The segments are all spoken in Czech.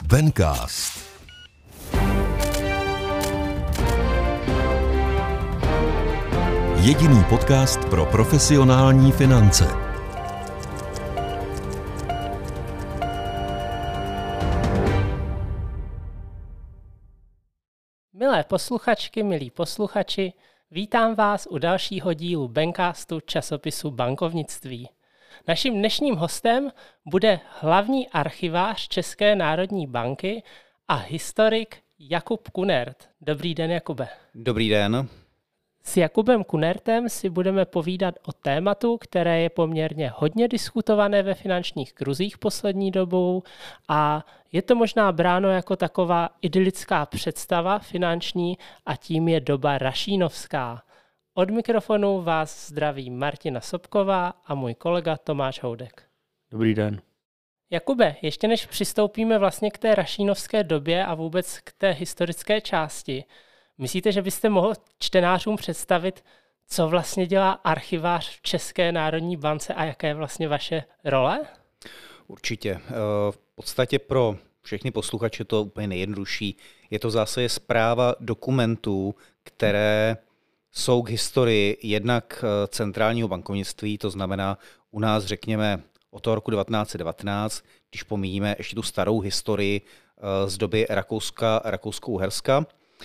Bencast. Jediný podcast pro profesionální finance. Milé posluchačky, milí posluchači, vítám vás u dalšího dílu Bencastu časopisu Bankovnictví. Naším dnešním hostem bude hlavní archivář České národní banky a historik Jakub Kunert. Dobrý den, Jakube. Dobrý den. S Jakubem Kunertem si budeme povídat o tématu, které je poměrně hodně diskutované ve finančních kruzích poslední dobou a je to možná bráno jako taková idylická představa finanční a tím je doba rašínovská. Od mikrofonu vás zdraví Martina Sobková a můj kolega Tomáš Houdek. Dobrý den. Jakube, ještě než přistoupíme vlastně k té rašínovské době a vůbec k té historické části, myslíte, že byste mohl čtenářům představit, co vlastně dělá archivář v České národní bance a jaká je vlastně vaše role? Určitě. V podstatě pro všechny posluchače to úplně nejjednodušší. Je to v zásadě správa dokumentů, které jsou k historii jednak centrálního bankovnictví, to znamená u nás řekněme od toho roku 1919, když pomíjíme ještě tu starou historii z doby Rakousko-Uherska.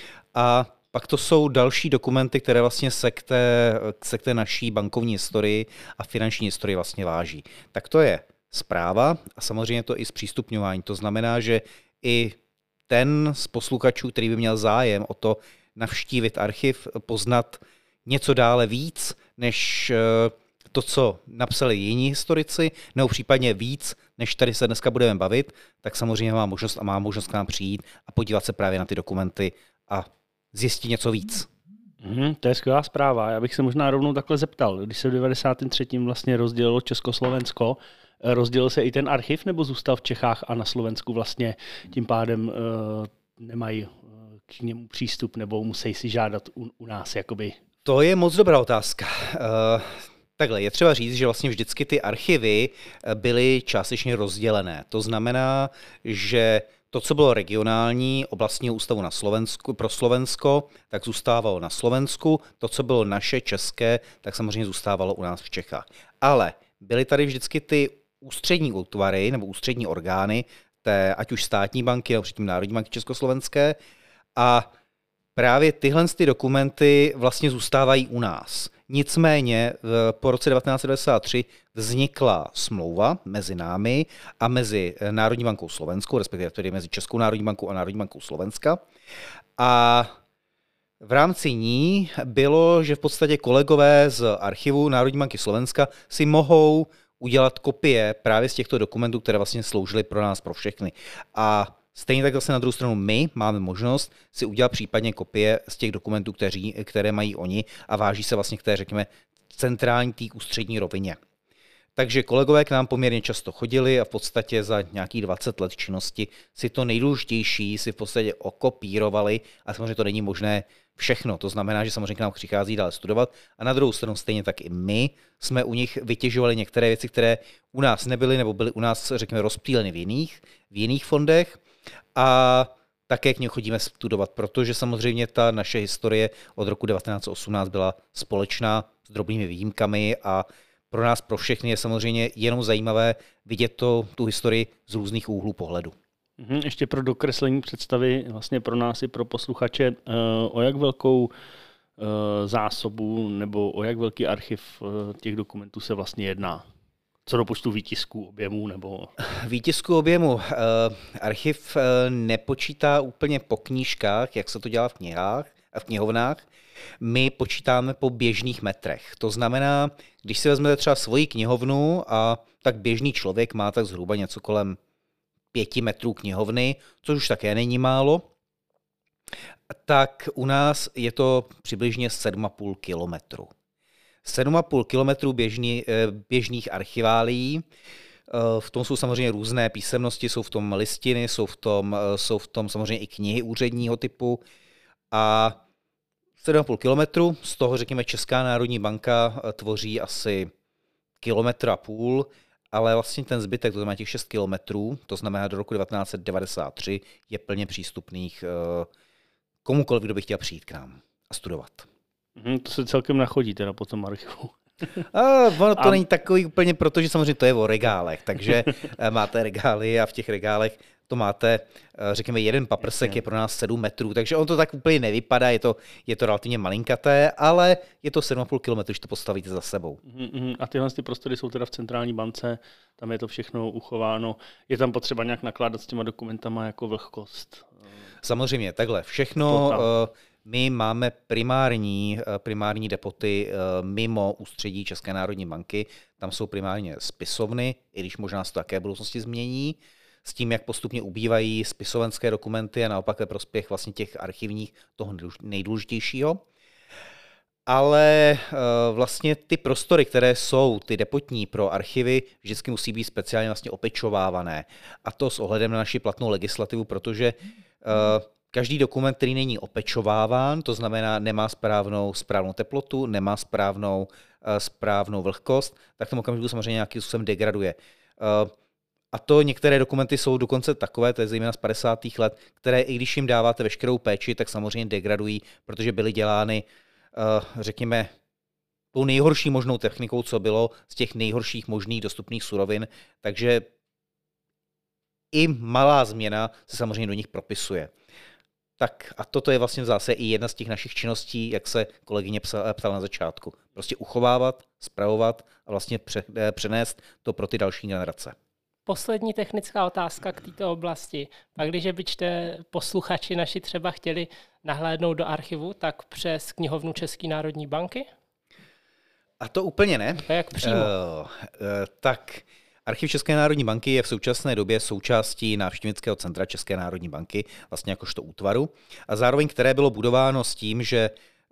A pak to jsou další dokumenty, které vlastně se k té naší bankovní historii a finanční historii vlastně váží. Tak to je správa a samozřejmě to i zpřístupňování. To znamená, že i ten z posluchačů, který by měl zájem o to navštívit archiv, poznat něco dále víc, než to, co napsali jiní historici, nebo případně víc, než tady se dneska budeme bavit, tak samozřejmě má možnost k nám přijít a podívat se právě na ty dokumenty a zjistit něco víc. To je skvělá zpráva. Já bych se možná rovnou takhle zeptal. Když se v 93. vlastně rozdělilo Československo, rozdělil se i ten archiv, nebo zůstal v Čechách a na Slovensku vlastně tím pádem nemají k němu přístup, nebo musí si žádat u nás jakoby? To je moc dobrá otázka. Takhle, je třeba říct, že vlastně vždycky ty archivy byly částečně rozdělené. To znamená, že to, co bylo regionální oblastního ústavu na Slovensku, pro Slovensko, tak zůstávalo na Slovensku. To, co bylo naše české, tak samozřejmě zůstávalo u nás v Čechách. Ale byly tady vždycky ty ústřední útvary nebo ústřední orgány, ať už státní banky nebo předtím Národní banky československé. A právě tyhle ty dokumenty vlastně zůstávají u nás. Nicméně po roce 1993 vznikla smlouva mezi námi a mezi Národní bankou Slovenskou, respektive tedy mezi Českou národní bankou a Národní bankou Slovenska. A v rámci ní bylo, že v podstatě kolegové z archivu Národní banky Slovenska si mohou udělat kopie právě z těchto dokumentů, které vlastně sloužily pro nás, pro všechny. A stejně tak zase na druhou stranu my máme možnost si udělat případně kopie z těch dokumentů, které mají oni a váží se vlastně k té, řekněme, centrální té ústřední rovině. Takže kolegové k nám poměrně často chodili a v podstatě za nějakých 20 let činnosti si to nejdůležitější si v podstatě okopírovali a samozřejmě to není možné všechno. To znamená, že samozřejmě k nám přichází dále studovat a na druhou stranu stejně tak i my jsme u nich vytěžovali některé věci, které u nás nebyly nebo byly u nás, řekněme, rozptýleny v jiných fondech. A také k němu chodíme studovat, protože samozřejmě ta naše historie od roku 1918 byla společná s drobnými výjimkami a pro nás, pro všechny je samozřejmě jenom zajímavé vidět tu historii z různých úhlů pohledu. Ještě pro dokreslení představy vlastně pro nás i pro posluchače, o jak velkou zásobu nebo o jak velký archiv těch dokumentů se vlastně jedná? Co do počtu výtisků, objemů nebo... Výtisku, objemu. Archiv nepočítá úplně po knížkách, jak se to dělá v knihách a v knihovnách. My počítáme po běžných metrech. To znamená, když si vezmete třeba svoji knihovnu a tak běžný člověk má tak zhruba něco kolem 5 metrů knihovny, což už také není málo, tak u nás je to přibližně 7,5 kilometru. 7,5 kilometru běžných archiválií. V tom jsou samozřejmě různé písemnosti, jsou v tom listiny, jsou v tom samozřejmě i knihy úředního typu. A 7,5 kilometru, z toho řekněme Česká národní banka tvoří asi 1,5 kilometru ale vlastně ten zbytek, to znamená těch 6 kilometrů, to znamená do roku 1993, je plně přístupných komukoliv, kdo by chtěl přijít k nám a studovat. To se celkem nachodí teda po tom archivu. Ono to není takový úplně, protože samozřejmě to je o regálech, takže máte regály a v těch regálech to máte, řekněme, jeden paprsek je pro nás 7 metrů, takže on to tak úplně nevypadá, je to relativně malinkaté, ale je to 7,5 kilometrů, když to postavíte za sebou. A tyhle prostory jsou teda v centrální bance, tam je to všechno uchováno. Je tam potřeba nějak nakládat s těma dokumentama jako vlhkost? Samozřejmě, takhle, všechno. My máme primární depoty mimo ústředí České národní banky, tam jsou primárně spisovny, i když možná se to také v budoucnosti změní, s tím, jak postupně ubývají spisovenské dokumenty a naopak ve prospěch vlastně těch archivních, toho nejdůležitějšího. Ale vlastně ty prostory, které jsou ty depotní pro archivy, vždycky musí být speciálně vlastně opečovávané. A to s ohledem na naši platnou legislativu, protože každý dokument, který není opečováván, to znamená nemá správnou teplotu, nemá správnou vlhkost, tak v tom okamžiku samozřejmě nějakým způsobem degraduje. A to některé dokumenty jsou dokonce takové, to je zejména z 50. let, které i když jim dáváte veškerou péči, tak samozřejmě degradují, protože byly dělány, řekněme, tou nejhorší možnou technikou, co bylo z těch nejhorších možných dostupných surovin, takže i malá změna se samozřejmě do nich propisuje. Tak a toto je vlastně zase i jedna z těch našich činností, jak se kolegyně ptala na začátku. Prostě uchovávat, spravovat a vlastně přenést to pro ty další generace. Poslední technická otázka k této oblasti. Pak když byste posluchači naši třeba chtěli nahlédnout do archivu, tak přes knihovnu České národní banky? A to úplně ne. A jak přímo? Tak archiv České národní banky je v současné době součástí návštěvnického centra České národní banky, vlastně jakožto útvaru, a zároveň které bylo budováno s tím, že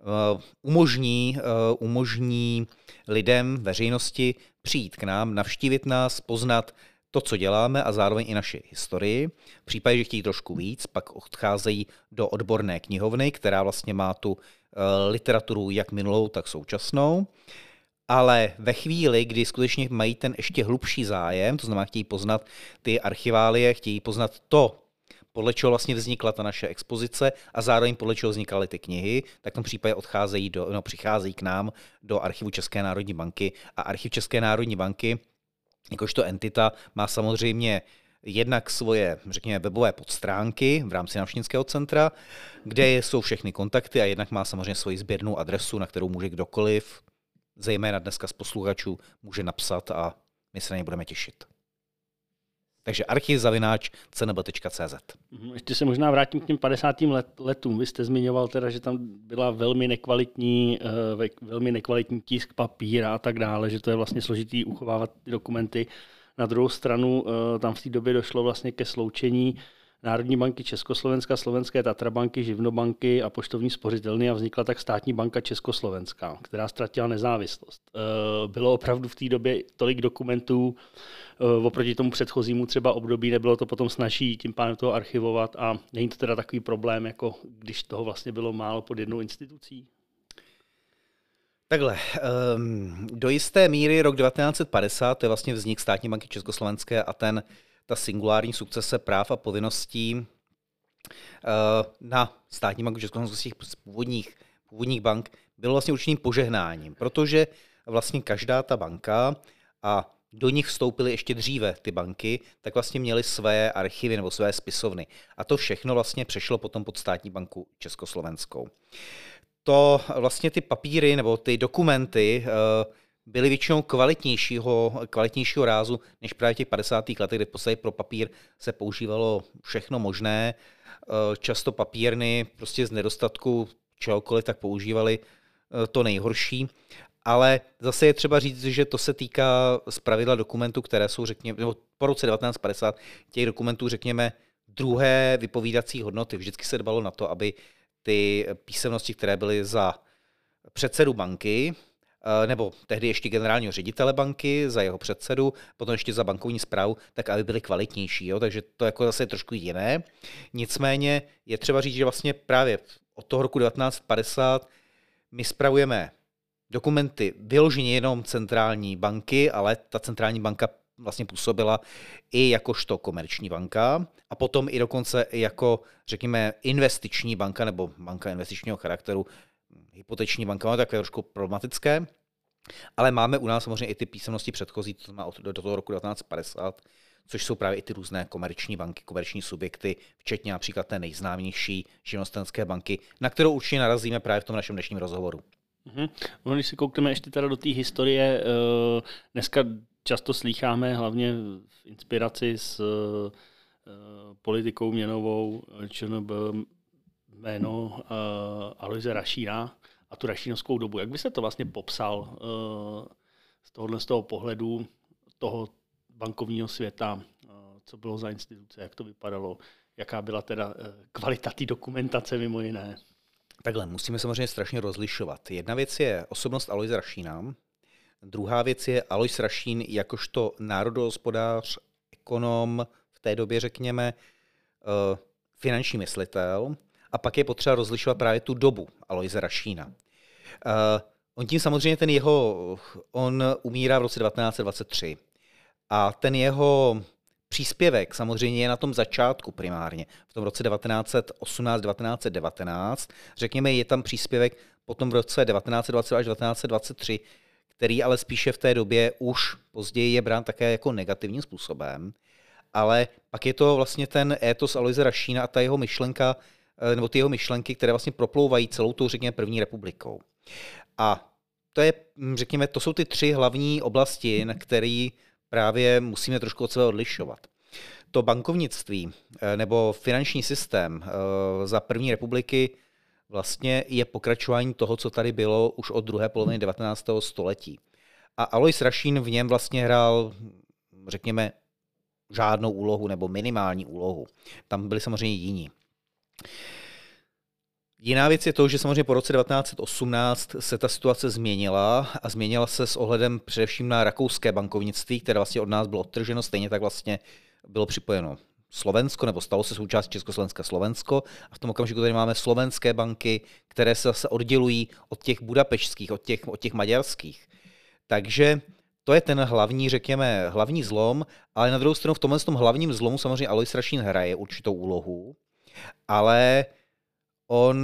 umožní lidem, veřejnosti přijít k nám, navštívit nás, poznat to, co děláme a zároveň i naši historii. V případě, že chtějí trošku víc, pak odcházejí do odborné knihovny, která vlastně má tu literaturu jak minulou, tak současnou. Ale ve chvíli, kdy skutečně mají ten ještě hlubší zájem, to znamená, chtějí poznat ty archiválie, chtějí poznat to, podle čeho vlastně vznikla ta naše expozice a zároveň podle čeho vznikaly ty knihy, tak v tom případě přicházejí k nám do archivu České národní banky. A archiv České národní banky, jakožto entita, má samozřejmě jednak svoje, řekněme, webové podstránky v rámci návštěvnického centra, kde jsou všechny kontakty, a jednak má samozřejmě svoji sběrnou adresu, na kterou může kdokoliv, zejména dneska z posluchačů, může napsat a my se na ně budeme těšit. Takže archiv@cnb.cz. Ještě se možná vrátím k těm 50. letům. Vy jste zmiňoval teda, že tam byla velmi nekvalitní tisk papíra a tak dále, že to je vlastně složitý uchovávat ty dokumenty. Na druhou stranu tam v té době došlo vlastně ke sloučení Národní banky Československa, Slovenské Tatrabanky, Živnobanky a poštovní spořitelny a vznikla tak Státní banka Československá, která ztratila nezávislost. Bylo opravdu v té době tolik dokumentů oproti tomu předchozímu třeba období, nebylo to potom snazší tím pádem toho archivovat a není to teda takový problém, jako když toho vlastně bylo málo pod jednou institucí? Takhle, do jisté míry rok 1950, to je vlastně vznik Státní banky Československé a ta singulární sukcese práv a povinností na Státní banku Československé z původních bank bylo vlastně určitým požehnáním, protože vlastně každá ta banka, a do nich vstoupily ještě dříve ty banky, tak vlastně měly své archivy nebo své spisovny. A to všechno vlastně přešlo potom pod Státní banku Československou. To vlastně ty papíry nebo ty dokumenty byly většinou kvalitnějšího rázu než právě v těch 50. letech, kde v podstatě pro papír se používalo všechno možné. Často papírny prostě z nedostatku čehokoliv tak používali to nejhorší. Ale zase je třeba říct, že to se týká zpravidla dokumentů, které jsou, řekněme, nebo po roce 1950, těch dokumentů, řekněme, druhé vypovídací hodnoty. Vždycky se dbalo na to, aby ty písemnosti, které byly za předsedu banky, nebo tehdy ještě generálního ředitele banky, za jeho předsedu, potom ještě za bankovní správu, tak aby byly kvalitnější. Jo? Takže to jako zase je trošku jiné. Nicméně je třeba říct, že vlastně právě od toho roku 1950 my spravujeme dokumenty vyloženě jenom centrální banky, ale ta centrální banka vlastně působila i jakožto komerční banka a potom i dokonce jako, řekněme, investiční banka nebo banka investičního charakteru, hypoteční banka, no, takové trošku problematické. Ale máme u nás samozřejmě i ty písemnosti předchozí, to znamená do toho roku 1950, což jsou právě i ty různé komerční banky, komerční subjekty, včetně například té nejznámější živnostenské banky, na kterou určitě narazíme právě v tom našem dnešním rozhovoru. No, když si koukneme ještě teda do té historie, dneska často slýcháme hlavně v inspiraci s politikou měnovou ČNB jméno Aloise Rašína a tu rašínovskou dobu. Jak by se to vlastně popsal z toho pohledu toho bankovního světa, co bylo za instituce, jak to vypadalo, jaká byla teda kvalita té dokumentace mimo jiné? Takhle, musíme samozřejmě strašně rozlišovat. Jedna věc je osobnost Aloise Rašína, druhá věc je Alois Rašín jakožto národohospodář, ekonom, v té době řekněme finanční myslitel, a pak je potřeba rozlišovat právě tu dobu Aloise Rašína. On tím samozřejmě on umírá v roce 1923 a ten jeho příspěvek samozřejmě je na tom začátku primárně, v tom roce 1918-1919. Řekněme, je tam příspěvek potom v roce 1920 až 1923, který ale spíše v té době už později je brán také jako negativním způsobem. Ale pak je to vlastně ten étos Aloise Rašína a ta jeho myšlenka, nebo ty jeho myšlenky, které vlastně proplouvají celou tou, řekněme, první republikou. A to je, řekněme, to jsou ty tři hlavní oblasti, na které právě musíme trošku od sebe odlišovat. To bankovnictví nebo finanční systém za první republiky vlastně je pokračování toho, co tady bylo už od druhé poloviny 19. století. A Alois Rašín v něm vlastně hrál, řekněme, žádnou úlohu nebo minimální úlohu. Tam byli samozřejmě jiní. Jiná věc je to, že samozřejmě po roce 1918 se ta situace změnila a změnila se s ohledem především na rakouské bankovnictví, které vlastně od nás bylo odtrženo, stejně tak vlastně bylo připojeno Slovensko, nebo stalo se součástí Československa Slovensko a v tom okamžiku tady máme slovenské banky, které se zase oddělují od těch budapešťských, od těch maďarských. Takže to je ten hlavní, řekněme, hlavní zlom, ale na druhou stranu v tomhle tom hlavním zlomu samozřejmě Alois Rašín hraje určitou úlohu, ale on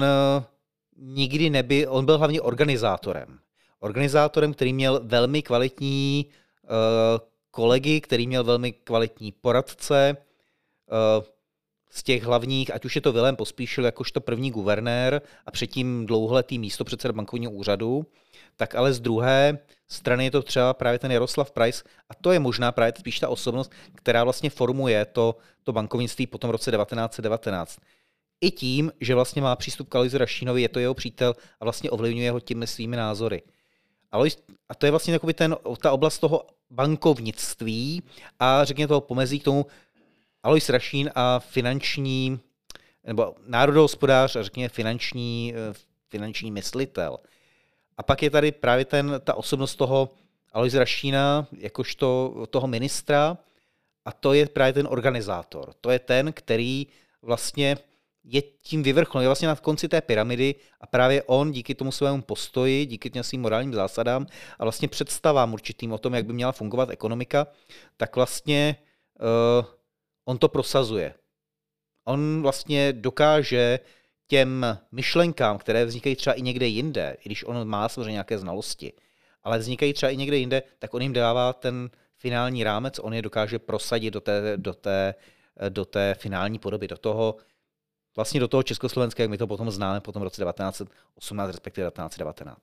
byl hlavně organizátorem. Organizátorem, který měl velmi kvalitní kolegy, který měl velmi kvalitní poradce z těch hlavních, ať už je to Vilém Pospíšil jakožto první guvernér a předtím dlouholetý místopředseda bankovního úřadu, tak ale z druhé strany je to třeba právě ten Jaroslav Preiss a to je možná právě spíš ta osobnost, která vlastně formuje to bankovnictví po tom roce 1919. I tím, že vlastně má přístup k Aloisi Rašínovi, je to jeho přítel a vlastně ovlivňuje ho těmi svými názory. A to je vlastně ta oblast toho bankovnictví a řekněme toho pomezí k tomu Alois Rašín a finanční, nebo národohospodář a řekněme finanční myslitel. A pak je tady právě ta osobnost toho Aloise Rašína jakožto toho ministra a to je právě ten organizátor. To je ten, který vlastně je tím vyvrcholem, je vlastně na konci té pyramidy a právě on díky tomu svému postoji, díky těm svým morálním zásadám a vlastně představám určitým o tom, jak by měla fungovat ekonomika, tak vlastně on to prosazuje. On vlastně dokáže těm myšlenkám, které vznikají třeba i někde jinde, i když on má samozřejmě nějaké znalosti, ale vznikají třeba i někde jinde, tak on jim dává ten finální rámec, on je dokáže prosadit do té finální podoby, do toho Československa, jak my to potom známe po tom roce 1918, respektive 1919.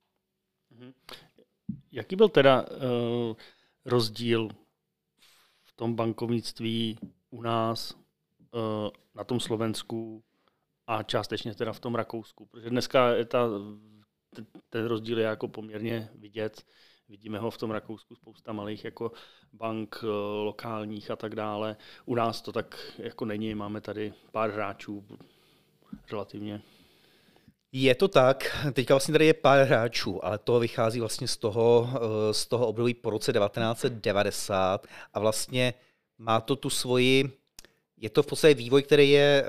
Jaký byl teda rozdíl v tom bankovnictví u nás, na tom Slovensku a částečně teda v tom Rakousku? Protože dneska je ten rozdíl je jako poměrně vidět. Vidíme ho v tom Rakousku, spousta malých jako bank lokálních a tak dále. U nás to tak jako není, máme tady pár hráčů relativně. Je to tak, teďka vlastně tady je pár hráčů, ale to vychází vlastně z toho období po roce 1990 a vlastně má to tu svoji, je to v podstatě vývoj, který je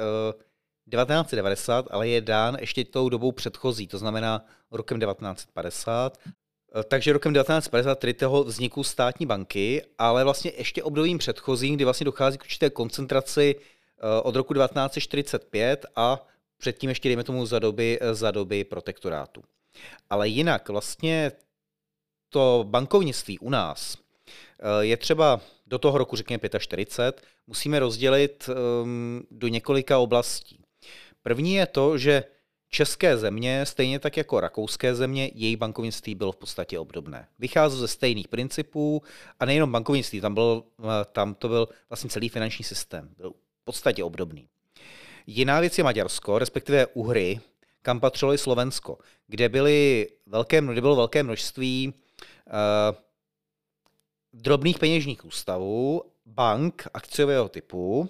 1990, ale je dán ještě tou dobou předchozí, to znamená rokem 1950. Takže rokem 1950 tedy toho vzniku státní banky, ale vlastně ještě obdobím předchozím, kdy vlastně dochází k určité koncentraci od roku 1945 a předtím ještě, dejme tomu, za doby protektorátu. Ale jinak vlastně to bankovnictví u nás je třeba do toho roku, řekněme 45, musíme rozdělit do několika oblastí. První je to, že české země, stejně tak jako rakouské země, její bankovnictví bylo v podstatě obdobné. Vycházelo ze stejných principů a nejenom bankovnictví, tam to byl vlastně celý finanční systém, byl v podstatě obdobný. Jiná věc je Maďarsko, respektive Uhry, kam patřilo i Slovensko, kde bylo velké množství drobných peněžních ústavů, bank akciového typu,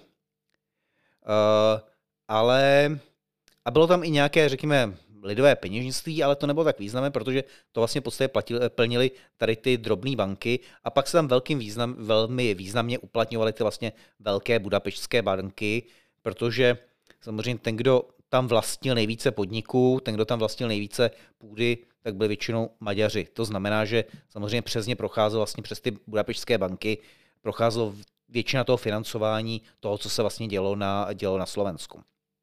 a bylo tam i nějaké, řekněme, lidové peněžnictví, ale to nebylo tak významné, protože to vlastně v podstatě plnili tady ty drobné banky a pak se tam velmi významně uplatňovaly ty vlastně velké budapešťské banky, protože samozřejmě ten, kdo tam vlastnil nejvíce podniků, ten, kdo tam vlastnil nejvíce půdy, tak byli většinou Maďaři. To znamená, že samozřejmě přes ně procházelo vlastně přes ty budapešťské banky, procházelo většina toho financování toho, co se vlastně dělo na Slovensku.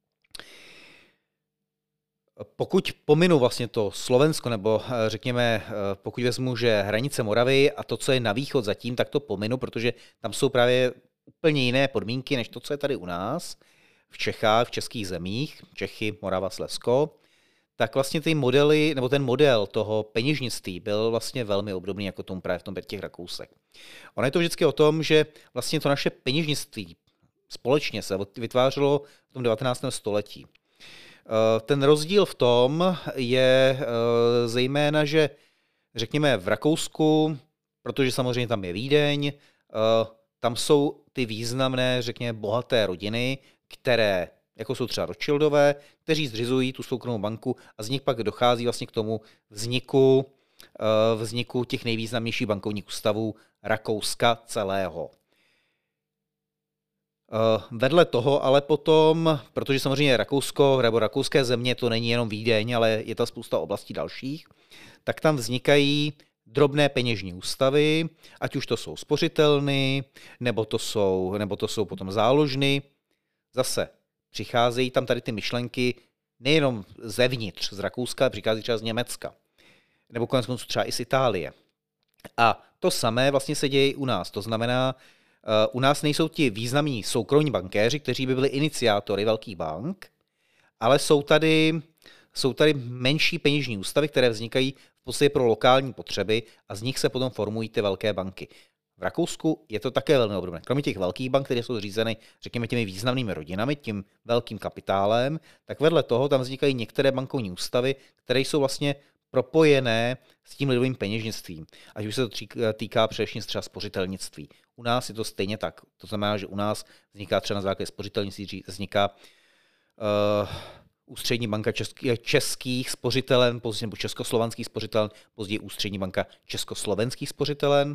Pokud pominu vlastně to Slovensko, nebo řekněme, pokud vezmu, že hranice Moravy a to, co je na východ zatím, tak to pominu, protože tam jsou právě úplně jiné podmínky, než to, co je tady u nás, v Čechách, v českých zemích, Čechy, Morava, Slezsko, tak vlastně ty modely, nebo ten model toho peněžnictví byl vlastně velmi obdobný jako tomu právě v těch Rakousech. Ono je to vždycky o tom, že vlastně to naše peněžnictví společně se vytvářelo v tom 19. století. Ten rozdíl v tom je zejména, že řekněme v Rakousku, protože samozřejmě tam je Vídeň, tam jsou ty významné, řekněme, bohaté rodiny, které, jako jsou třeba Rothschildové, kteří zřizují tu soukromou banku a z nich pak dochází vlastně k tomu vzniku těch nejvýznamnějších bankovních ústavů Rakouska celého. Vedle toho ale potom, protože samozřejmě Rakousko nebo rakouské země to není jenom Vídeň, ale je to spousta oblastí dalších, tak tam vznikají drobné peněžní ústavy, ať už to jsou spořitelny, nebo to jsou potom záložny. Zase přicházejí tam tady ty myšlenky nejenom zevnitř z Rakouska, ale přichází třeba z Německa, nebo koneckonců třeba i z Itálie. A to samé vlastně se děje i u nás. To znamená, u nás nejsou ti významní soukromí bankéři, kteří by byli iniciátory velkých bank, ale jsou tady menší peněžní ústavy, které vznikají v podstatě pro lokální potřeby a z nich se potom formují ty velké banky. V Rakousku je to také velmi obdobné. Kromě těch velkých bank, které jsou zřízeny, řekněme, těmi významnými rodinami, tím velkým kapitálem, tak vedle toho tam vznikají některé bankovní ústavy, které jsou vlastně propojené s tím lidovým peněžnictvím. Ať už se to týká především třeba spořitelnictví. U nás je to stejně tak. To znamená, že u nás vzniká třeba na základě spořitelnictví, vzniká Ústřední banka českých spořitelen, později nebo československých spořitelen, později Ústřední banka československých spořitelen.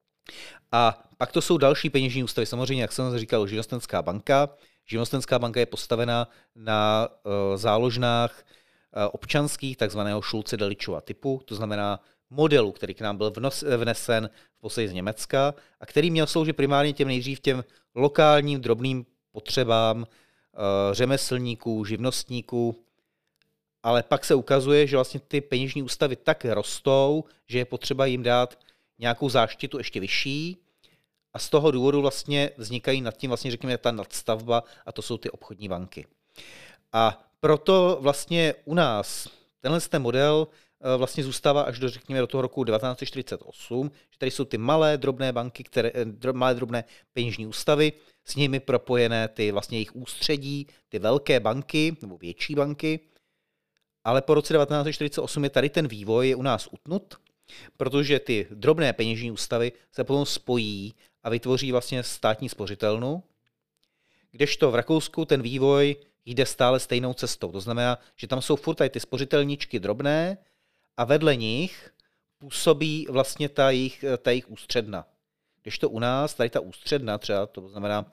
A pak to jsou další peněžní ústavy. Samozřejmě, jak jsem říkal, živnostenská banka. Živnostenská banka je postavena na záložnách občanských, takzvaného Schulze-Delitzschova typu, to znamená modelu, který k nám byl vnesen v podstatě z Německa a který měl sloužit primárně nejdřív těm lokálním drobným potřebám řemeslníků, živnostníků, ale pak se ukazuje, že vlastně ty peněžní ústavy tak rostou, že je potřeba jim dát nějakou záštitu ještě vyšší a z toho důvodu vlastně vznikají nad tím vlastně řekněme ta nadstavba a to jsou ty obchodní banky. A proto vlastně u nás tenhle model vlastně zůstává až do toho roku 1948, že tady jsou ty malé drobné banky, malé drobné peněžní ústavy, s nimi propojené ty vlastně jejich ústředí, ty velké banky nebo větší banky, ale po roce 1948 je tady ten vývoj je u nás utnut, protože ty drobné peněžní ústavy se potom spojí a vytvoří vlastně státní spořitelnu, kdežto v Rakousku ten vývoj jde stále stejnou cestou. To znamená, že tam jsou furt tady ty spořitelníčky drobné a vedle nich působí vlastně ta jejich ústředna. Kdežto u nás, tady ta ústředna třeba, to znamená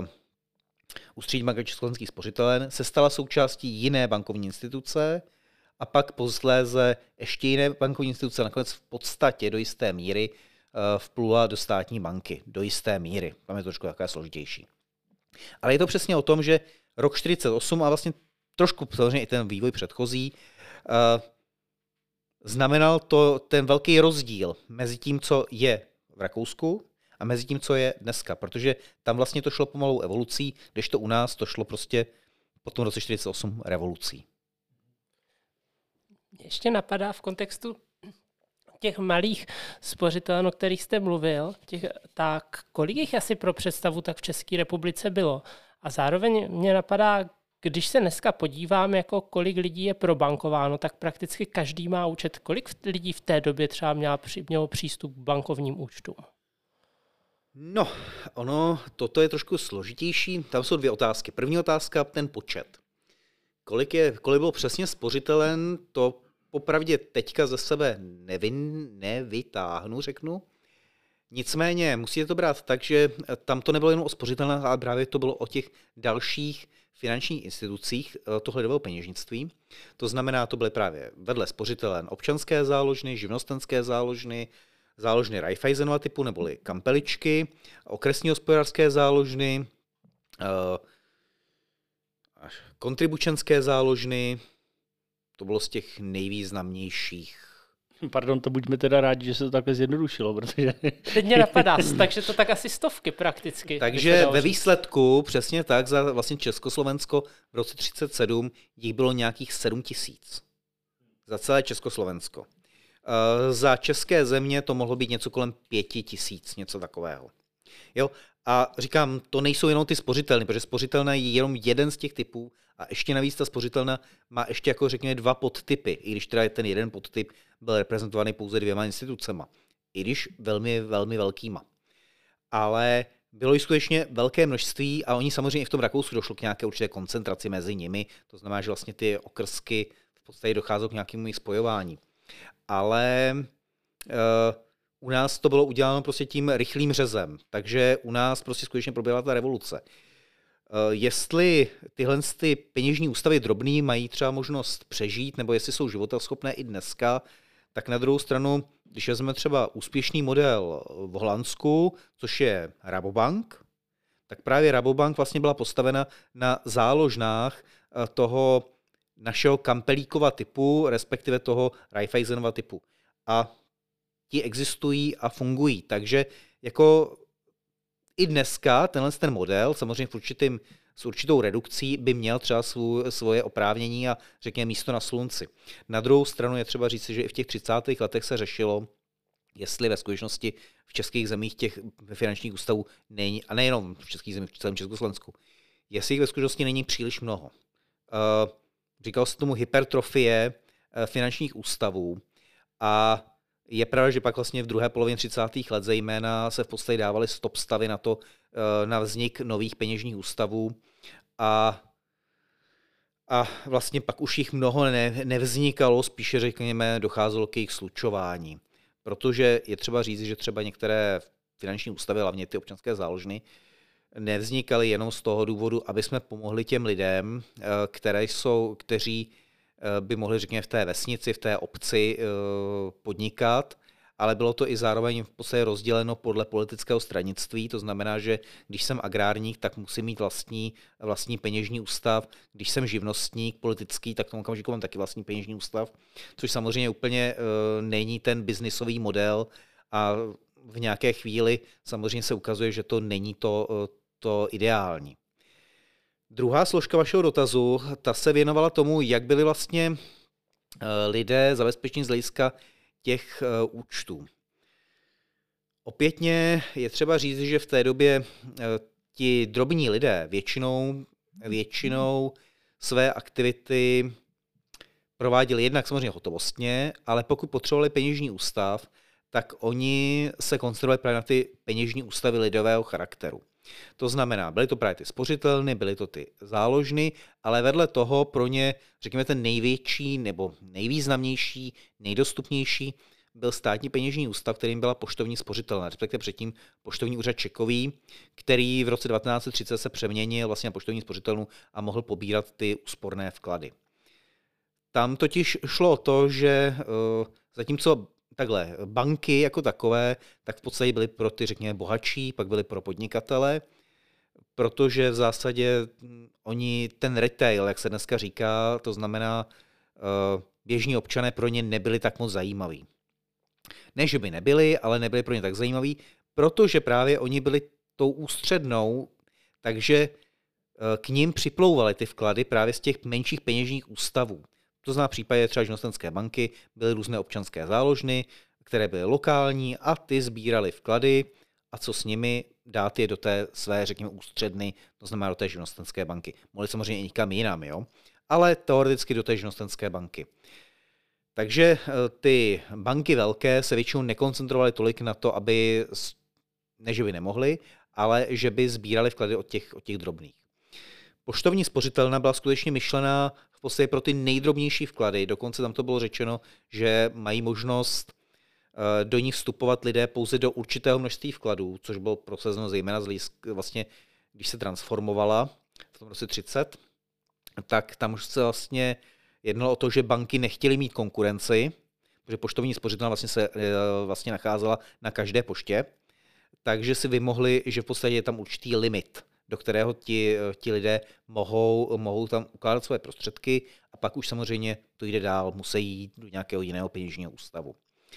Ústřední banka československých spořitelen, se stala součástí jiné bankovní instituce a pak posléze ještě jiné bankovní instituce nakonec v podstatě do jisté míry vplula do státní banky, do jisté míry. Tam je to trošku takové složitější. Ale je to přesně o tom, že rok 48 a vlastně trošku samozřejmě i ten vývoj předchozí znamenal to ten velký rozdíl mezi tím, co je v Rakousku a mezi tím, co je dneska, protože tam vlastně to šlo pomalou evolucí, když to u nás to šlo prostě po tom roce 48 revolucí. Ještě napadá v kontextu těch malých spořitelen, o kterých jste mluvil, tak kolik jich asi pro představu tak v České republice bylo? A zároveň mě napadá, když se dneska podívám, jako kolik lidí je probankováno, tak prakticky každý má účet. Kolik lidí v té době třeba mělo přístup k bankovním účtům? No, toto je trošku složitější. Tam jsou dvě otázky. První otázka, ten počet. Kolik bylo přesně spořitelen, to popravdě teďka ze sebe nevytáhnu, řeknu. Nicméně musíte to brát tak, že tam to nebylo jenom o spořitelnách, ale právě to bylo o těch dalších finančních institucích tohle lidového peněžnictví. To znamená, to byly právě vedle spořitelen občanské záložny, živnostenské záložny, záložny Raiffeisenova typu neboli kampeličky, okresní hospodářské záložny, kontribučenské záložny, to bylo z těch nejvýznamnějších. Pardon, to buďme teda rádi, že se to takhle zjednodušilo, protože... Teď mě napadá, takže to tak asi stovky prakticky. Takže ve výsledku, přesně tak, za vlastně Československo v roce 1937 jich bylo nějakých 7 000. Za celé Československo. Za české země to mohlo být něco kolem 5 000, něco takového. Jo? A říkám, to nejsou jenom ty spořitelny, protože spořitelna je jenom jeden z těch typů a ještě navíc ta spořitelna má ještě jako řekněme 2 podtypy, i když teda ten jeden podtyp byl reprezentovaný pouze 2 institucema, i když velmi, velmi velkýma. Ale bylo jich skutečně velké množství a oni samozřejmě i v tom Rakousku došlo k nějaké určité koncentraci mezi nimi, to znamená, že vlastně ty okrsky v podstatě docházelo k nějakému jejich spojování. Ale u nás to bylo uděláno prostě tím rychlým řezem, takže u nás prostě skutečně proběhla ta revoluce. Jestli tyhle ty peněžní ústavy drobný mají třeba možnost přežít, nebo jestli jsou životaschopné i dneska, tak na druhou stranu, když vezmeme třeba úspěšný model v Holandsku, což je Rabobank, tak právě Rabobank vlastně byla postavena na záložnách toho našeho Kampelíkova typu, respektive toho Raiffeisenova typu. A ti existují a fungují. Takže jako i dneska ten model, samozřejmě s určitou redukcí, by měl třeba svoje oprávnění a řekněme místo na slunci. Na druhou stranu je třeba říct, že i v těch 30. letech se řešilo, jestli ve skutečnosti v českých zemích těch finančních ústavů není, a nejenom v českých zemích, v celém Československu, jestli jich ve skutečnosti není příliš mnoho. Říkalo se tomu hypertrofie finančních ústavů a je pravda, že pak vlastně v druhé polovině 30. let zejména se v podstatě dávaly stop stavy na vznik nových peněžních ústavů a vlastně pak už jich mnoho nevznikalo, spíše řekněme docházelo k jejich slučování. Protože je třeba říct, že třeba některé finanční ústavy, hlavně ty občanské záložny, nevznikaly jenom z toho důvodu, aby jsme pomohli těm lidem, kteří by mohli, řekněme, v té vesnici, v té obci podnikat, ale bylo to i zároveň v podstatě rozděleno podle politického stranictví, to znamená, že když jsem agrárník, tak musím mít vlastní peněžní ústav, když jsem živnostník politický, tak tomu okamžiku mám taky vlastní peněžní ústav, což samozřejmě úplně není ten biznisový model a v nějaké chvíli samozřejmě se ukazuje, že to není to ideální. Druhá složka vašeho dotazu, ta se věnovala tomu, jak byli vlastně lidé zabezpečeni z hlediska těch účtů. Opětně je třeba říct, že v té době ti drobní lidé většinou své aktivity prováděli jednak samozřejmě hotovostně, ale pokud potřebovali peněžní ústav, tak oni se koncentrovali právě na ty peněžní ústavy lidového charakteru. To znamená, byly to právě ty spořitelny, byly to ty záložny, ale vedle toho pro ně, řekněme, ten největší nebo nejvýznamnější, nejdostupnější byl státní peněžní ústav, kterým byla poštovní spořitelna, respektive předtím poštovní úřad čekový, který v roce 1930 se přeměnil vlastně na poštovní spořitelnu a mohl pobírat ty úsporné vklady. Tam totiž šlo o to, že zatímco takhle, banky jako takové, tak v podstatě byly pro ty, řekněme, bohatší, pak byly pro podnikatele, protože v zásadě oni ten retail, jak se dneska říká, to znamená běžní občané pro ně nebyli tak moc zajímaví. Ne, že by nebyli, ale nebyli pro ně tak zajímaví, protože právě oni byli tou ústřednou, takže k nim připlouvaly ty vklady právě z těch menších peněžních ústavů. To znamená v případě třeba živnostenské banky byly různé občanské záložny, které byly lokální a ty sbíraly vklady a co s nimi dát je do té své, řekněme, ústředny, to znamená do té živnostenské banky. Mohli samozřejmě i nikam jinam, jo? Ale teoreticky do té živnostenské banky. Takže ty banky velké se většinou nekoncentrovaly tolik na to, aby, ne že by nemohly, ale že by sbírali vklady od těch drobných. Poštovní spořitelna byla skutečně myšlená v podstatě pro ty nejdrobnější vklady, dokonce tam to bylo řečeno, že mají možnost do nich vstupovat lidé pouze do určitého množství vkladů, což bylo prosazeno zejména vlastně, když se transformovala v tom roce 30, tak tam už se vlastně jednalo o to, že banky nechtěly mít konkurenci, protože poštovní spořitelna vlastně se vlastně nacházela na každé poště, takže si vymohli, že v podstatě je tam určitý limit, do kterého ti lidé mohou tam ukládat své prostředky a pak už samozřejmě to jde dál, musí jít do nějakého jiného peněžního ústavu.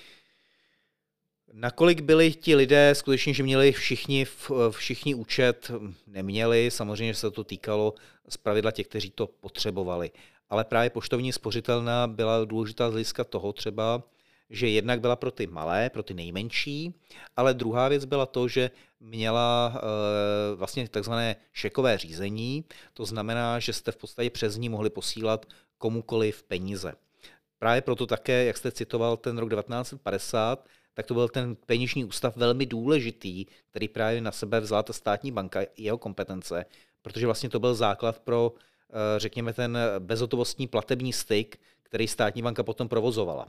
Nakolik byli ti lidé skutečně, že měli všichni účet, neměli, samozřejmě se to týkalo zpravidla těch, kteří to potřebovali. Ale právě poštovní spořitelna byla důležitá z hlediska toho třeba, že jednak byla pro ty malé, pro ty nejmenší, ale druhá věc byla to, že měla vlastně takzvané šekové řízení, to znamená, že jste v podstatě přes ní mohli posílat komukoliv peníze. Právě proto také, jak jste citoval ten rok 1950, tak to byl ten peněžní ústav velmi důležitý, který právě na sebe vzala ta státní banka, jeho kompetence, protože vlastně to byl základ pro, řekněme, ten bezhotovostní platební styk, který státní banka potom provozovala.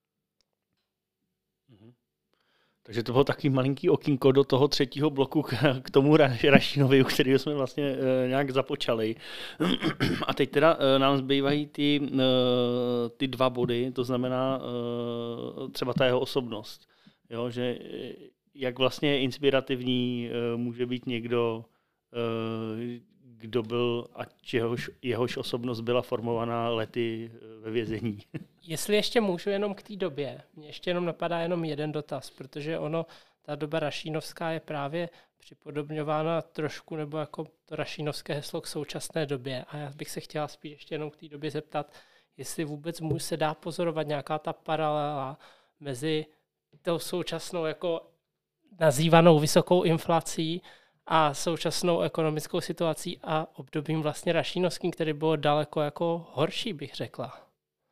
Takže to bylo takový malinký okýnko do toho třetího bloku k tomu Rašínovi, u kterého jsme vlastně nějak započali. A teď teda nám zbývají ty dva body, to znamená třeba ta jeho osobnost. Jo, že jak vlastně inspirativní může být někdo, kdo byl, ať jehož osobnost byla formovaná lety ve vězení. Jestli ještě můžu jenom k té době, mně ještě jenom napadá jenom jeden dotaz, protože ta doba rašínovská je právě připodobňována trošku, nebo jako to rašínovské heslo k současné době. A já bych se chtěla spíš ještě jenom k té době zeptat, jestli vůbec se dá pozorovat nějaká ta paralela mezi tou současnou jako nazývanou vysokou inflací a současnou ekonomickou situací a obdobím vlastně rašínovským, který bylo daleko jako horší, bych řekla.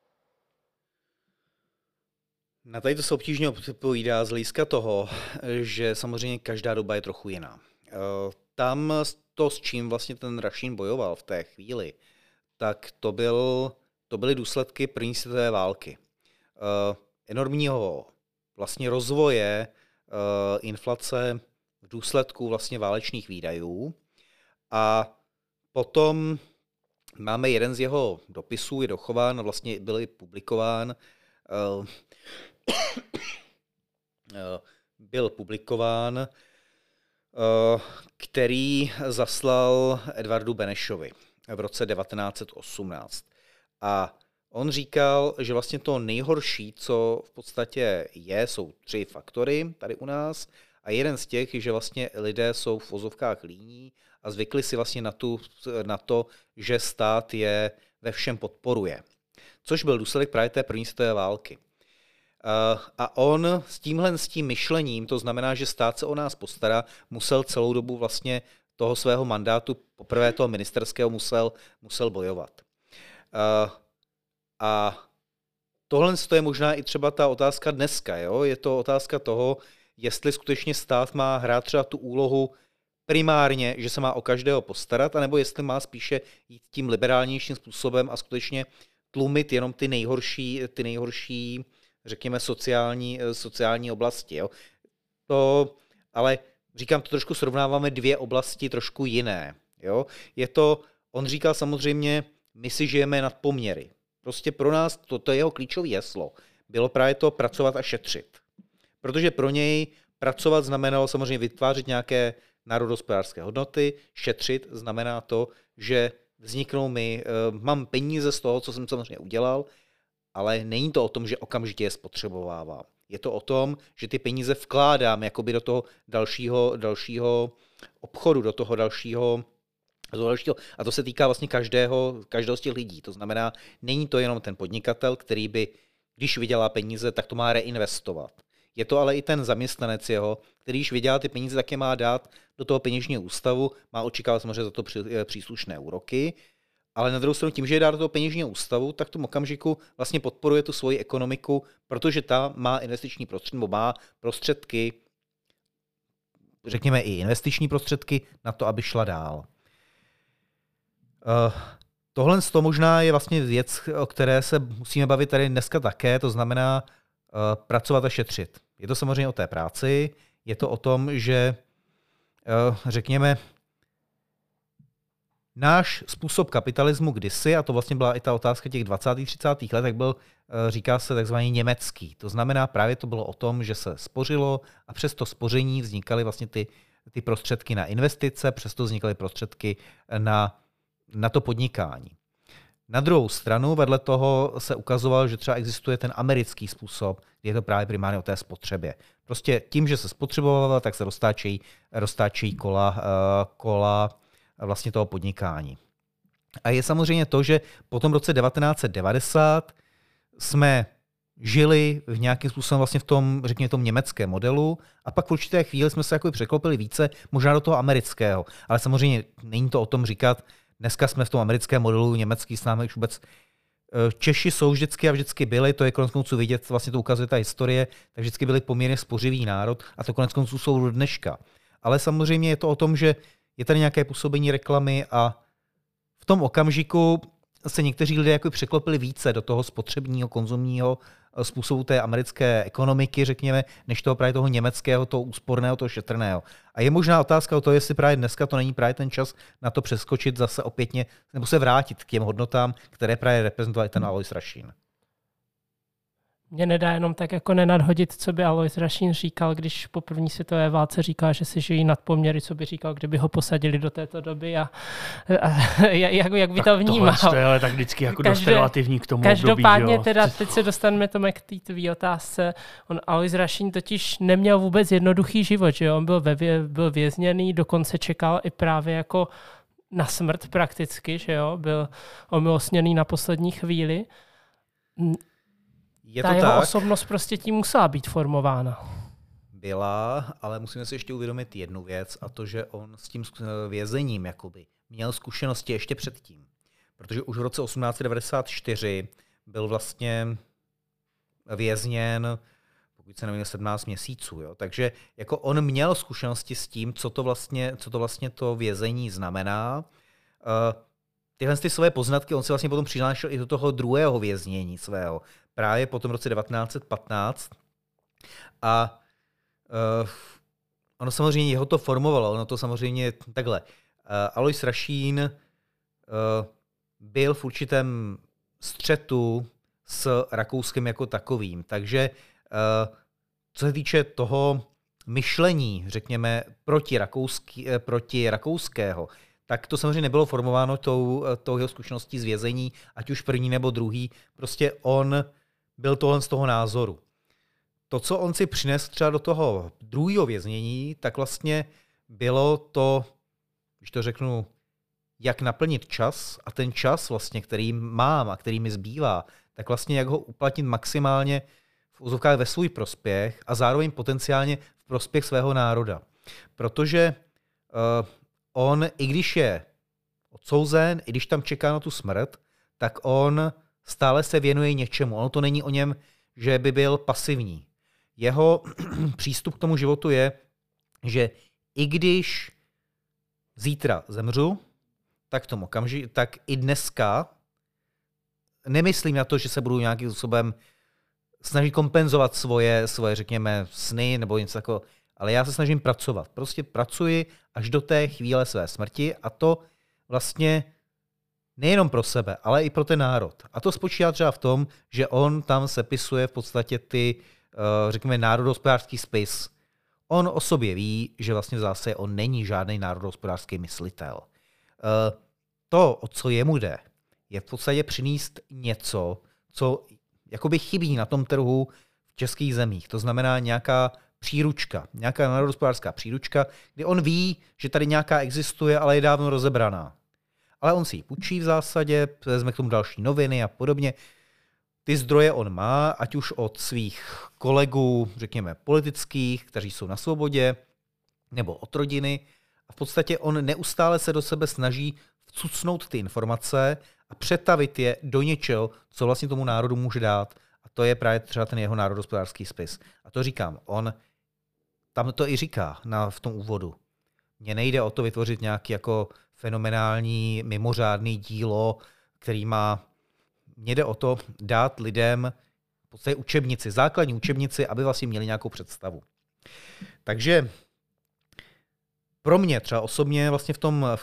Na tady to se obtížně odpovídá z hlediska toho, že samozřejmě každá doba je trochu jiná. Tam to, s čím vlastně ten Rašín bojoval v té chvíli, tak to byly důsledky první světové války. Enormního vlastně rozvoje inflace v důsledku vlastně válečných výdajů. A potom máme jeden z jeho dopisů, je dochován, vlastně byl publikován, který zaslal Edvardu Benešovi v roce 1918. A on říkal, že vlastně to nejhorší, co v podstatě jsou 3 faktory tady u nás. A jeden z těch je, že vlastně lidé jsou v vozovkách líní a zvykli si vlastně na to, že stát je ve všem podporuje. Což byl důsledek právě té první světové války. A on s tím myšlením, to znamená, že stát se o nás postará, musel celou dobu vlastně toho svého mandátu, poprvé toho ministerského, musel bojovat. A tohle je možná i třeba ta otázka dneska. Jo? Je to otázka toho, jestli skutečně stát má hrát třeba tu úlohu primárně, že se má o každého postarat, anebo jestli má spíše jít tím liberálnějším způsobem a skutečně tlumit jenom ty nejhorší řekněme, sociální oblasti. Jo. Ale říkám, to trošku srovnáváme 2 oblasti trošku jiné. Jo. On říkal samozřejmě, my si žijeme nad poměry. Prostě pro nás to je jeho klíčové heslo. Bylo právě to pracovat a šetřit. Protože pro něj pracovat znamenalo samozřejmě vytvářet nějaké národohospodářské hodnoty, šetřit znamená to, že vzniknou mám peníze z toho, co jsem samozřejmě udělal, ale není to o tom, že okamžitě je spotřebovávám. Je to o tom, že ty peníze vkládám jakoby do toho dalšího obchodu, do toho dalšího. A to se týká vlastně každého z těch lidí. To znamená, není to jenom ten podnikatel, který by, když vydělá peníze, tak to má reinvestovat. Je to ale i ten zaměstnanec jeho, který když vydělá ty peníze, tak je má dát do toho peněžního ústavu, má očekávat samozřejmě za to příslušné úroky, ale na druhou stranu tím, že je dá do toho peněžního ústavu, tak v tom okamžiku vlastně podporuje tu svoji ekonomiku, protože ta má investiční prostředky, nebo má prostředky, řekněme i investiční prostředky na to, aby šla dál. Tohle možná je vlastně věc, o které se musíme bavit tady dneska také, to znamená pracovat a šetřit. Je to samozřejmě o té práci, je to o tom, že řekněme, náš způsob kapitalismu kdysi, a to vlastně byla i ta otázka těch 20. 30. let, tak byl, říká se takzvaný německý. To znamená, právě to bylo o tom, že se spořilo a přes to spoření vznikaly vlastně ty prostředky na investice, přesto vznikaly prostředky na to podnikání. Na druhou stranu vedle toho se ukazovalo, že třeba existuje ten americký způsob, kdy je to právě primárně o té spotřebě. Prostě tím, že se spotřebovalo, tak se roztáčejí kola vlastně toho podnikání. A je samozřejmě to, že po tom roce 1990 jsme žili v nějakým způsobem vlastně v tom, řekněme, tom německém modelu a pak v určité chvíli jsme se jako překlopili více možná do toho amerického. Ale samozřejmě není to o tom říkat, dneska jsme v tom americkém modelu, německý s námi už vůbec. Češi jsou vždycky a vždycky byli, to je konec konců vidět, vlastně to ukazuje ta historie, tak vždycky byli poměrně spořivý národ a to konec konců jsou do dneška. Ale samozřejmě je to o tom, že je tady nějaké působení reklamy a v tom okamžiku se někteří lidé jako překlopili více do toho spotřebního, konzumního způsobu té americké ekonomiky, řekněme, než toho právě toho německého, toho úsporného, toho šetrného. A je možná otázka o to, jestli právě dneska to není právě ten čas na to přeskočit zase opětně, nebo se vrátit k těm hodnotám, které právě reprezentoval ten Alois Rašín. Mě nedá jenom tak jako nenadhodit, co by Alois Rašín říkal, když po první světové válce říká, že si žijí nad poměry, co by říkal, kdyby ho posadili do této doby a jak by to vnímal. To je ale tak vždycky jako dost relativní k tomu každopádně období. Teda teď se dostaneme k té tvý otázce. Alois Rašín totiž neměl vůbec jednoduchý život, že jo? On byl vězněný, dokonce čekal i právě jako na smrt prakticky, že jo? Byl omilostněný na poslední chvíli. Ta jeho osobnost prostě tím musela být formována. Byla, ale musíme si ještě uvědomit jednu věc, a to, že on s tím vězením jakoby měl zkušenosti ještě předtím. Protože už v roce 1894 byl vlastně vězněn, pokud se nevím, 17 měsíců. Jo? Takže jako on měl zkušenosti s tím, co to vlastně to vězení znamená. Tyhle své poznatky on si vlastně potom přinášel i do toho druhého věznění svého, právě po tom roce 1915. A ono samozřejmě jeho to formovalo, ono to samozřejmě takhle. Alois Rašín byl v určitém střetu s Rakouskem jako takovým, takže co se týče toho myšlení, řekněme, proti rakouského, tak to samozřejmě nebylo formováno tou jeho zkušeností z vězení, ať už první nebo druhý. Prostě on byl tohle z toho názoru. To, co on si přinesl třeba do toho druhého věznění, tak vlastně bylo to, když to řeknu, jak naplnit čas a ten čas vlastně, který mám a který mi zbývá, tak vlastně jak ho uplatnit maximálně v úzovkách ve svůj prospěch a zároveň potenciálně v prospěch svého národa. Protože on, i když je odsouzen, i když tam čeká na tu smrt, tak on stále se věnuje něčemu. Ono to není o něm, že by byl pasivní. Jeho přístup k tomu životu je, že i když zítra zemřu, tak i dneska nemyslím na to, že se budu nějakým způsobem snažit kompenzovat svoje řekněme, sny nebo něco takového, ale já se snažím pracovat. Prostě pracuji až do té chvíle své smrti a to vlastně nejenom pro sebe, ale i pro ten národ. A to spočívá třeba v tom, že on tam sepisuje v podstatě ty, řekněme, národohospodářský spis. On o sobě ví, že vlastně v zásadě on není žádný národohospodářský myslitel. To, o co jemu jde, je v podstatě přinést něco, co jakoby chybí na tom trhu v českých zemích. To znamená nějaká příručka, nějaká národohospodářská příručka, kdy on ví, že tady nějaká existuje, ale je dávno rozebraná. Ale on si ji půjčí v zásadě, vezme k tomu další noviny a podobně. Ty zdroje on má, ať už od svých kolegů, řekněme, politických, kteří jsou na svobodě, nebo od rodiny. A v podstatě on neustále se do sebe snaží vcucnout ty informace a přetavit je do něčeho, co vlastně tomu národu může dát. A to je právě třeba ten jeho národohospodářský spis. A to říkám, on tam to i říká v tom úvodu. Mně nejde o to vytvořit nějaký jako fenomenální, mimořádný dílo, který má... Mně jde o to dát lidem v podstatě učebnici, základní učebnici, aby vlastně měli nějakou představu. Takže pro mě třeba osobně vlastně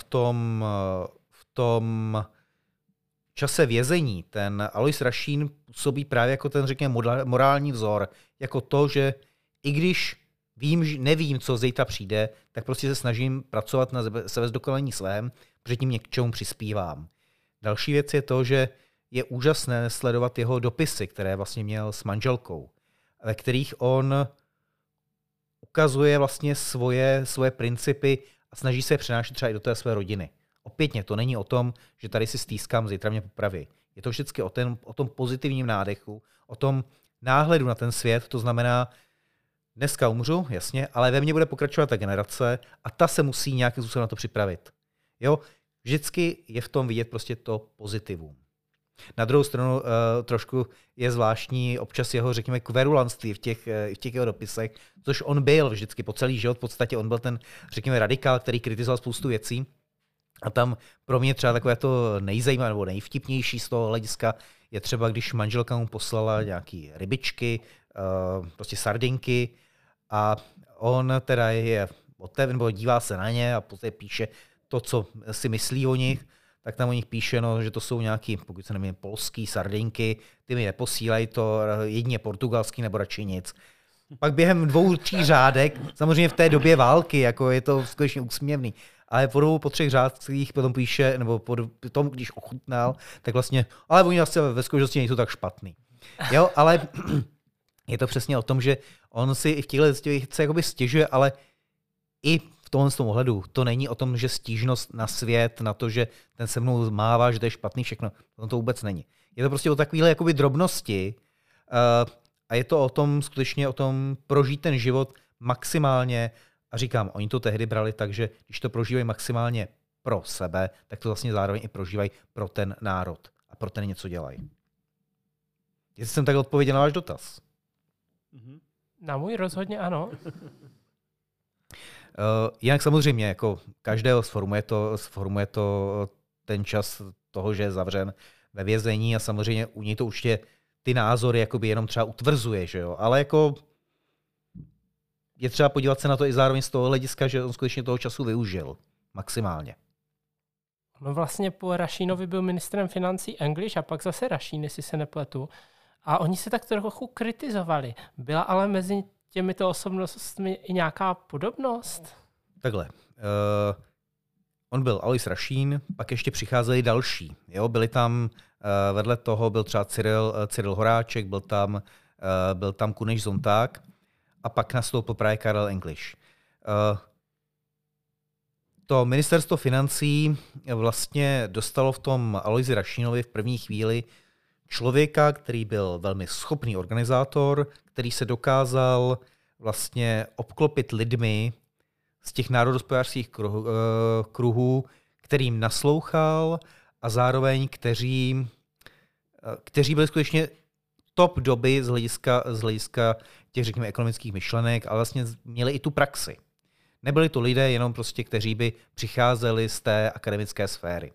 v tom čase vězení ten Alois Rašín působí právě jako ten, řekněme, morální vzor, jako to, že i když nevím, co zítra přijde, tak prostě se snažím pracovat na sebezdokonalení svém, protože tím něčemu přispívám. Další věc je to, že je úžasné sledovat jeho dopisy, které vlastně měl s manželkou, ve kterých on ukazuje vlastně svoje principy a snaží se je přenášet třeba i do té své rodiny. Opětně, to není o tom, že tady si stýskám, zítra mě popraví. Je to vždycky o tom pozitivním nádechu, o tom náhledu na ten svět, to znamená, dneska umřu, jasně, ale ve mně bude pokračovat ta generace a ta se musí nějakým způsobem na to připravit. Jo? Vždycky je v tom vidět prostě to pozitivum. Na druhou stranu trošku je zvláštní občas jeho, řekněme, kverulanství v těch jeho dopisech, což on byl vždycky po celý život. V podstatě on byl ten, řekněme, radikál, který kritizoval spoustu věcí. A tam pro mě třeba takové to nejzajímavé nebo nejvtipnější z toho hlediska je třeba, když manželka mu poslala nějaký rybičky, prostě sardinky a on teda je nebo dívá se na ně a poté píše to, co si myslí o nich, tak tam o nich píše, no, že to jsou nějaký, pokud se nevím, polský sardinky, ty mi neposílají to jedině portugalský nebo radši nic. Pak během 2-3 řádek, samozřejmě v té době války, jako je to skutečně úsměvný, ale po 3 řádcích potom píše, nebo po tom, když ochutnal, tak vlastně, ale oni asi ve skutečnosti nejsou tak špatný. Jo, ale je to přesně o tom, že on si i v těchto věcech jakoby stěžuje, ale i v tomhle ohledu to není o tom, že stížnost na svět, na to, že ten se mnou mává, že to je špatný všechno. To vůbec není. Je to prostě o takovéhle jakoby drobnosti a je to skutečně o tom prožít ten život maximálně. A říkám, oni to tehdy brali tak, že když to prožívají maximálně pro sebe, tak to vlastně zároveň i prožívají pro ten národ a pro ten něco dělají. Jestli jsem tak odpověděl na váš dotaz. Na můj rozhodně ano. Jinak samozřejmě, jako každého sformuje to ten čas toho, že je zavřen ve vězení a samozřejmě u něj to určitě ty názory jakoby jenom třeba utvrzuje, že jo? Ale jako je třeba podívat se na to i zároveň z toho hlediska, že on skutečně toho času využil maximálně. No vlastně po Rašínovi byl ministrem financí English a pak zase Rašín, jestli se nepletu. A oni se tak trochu kritizovali. Byla ale mezi těmito osobnostmi i nějaká podobnost? Takhle. On byl Alois Rašín, pak ještě přicházeli další. Jo? Byli tam, vedle toho byl třeba Cyril Horáček, byl tam Kuneš Zonták a pak nastoupil právě Karel English. To ministerstvo financí vlastně dostalo v tom Aloisi Rašínovi v první chvíli člověka, který byl velmi schopný organizátor, který se dokázal vlastně obklopit lidmi z těch národohospodářských kruhů, kterým naslouchal a zároveň kteří byli skutečně top doby z hlediska těch, řekněme, ekonomických myšlenek, ale vlastně měli i tu praxi. Nebyli to lidé jenom prostě, kteří by přicházeli z té akademické sféry.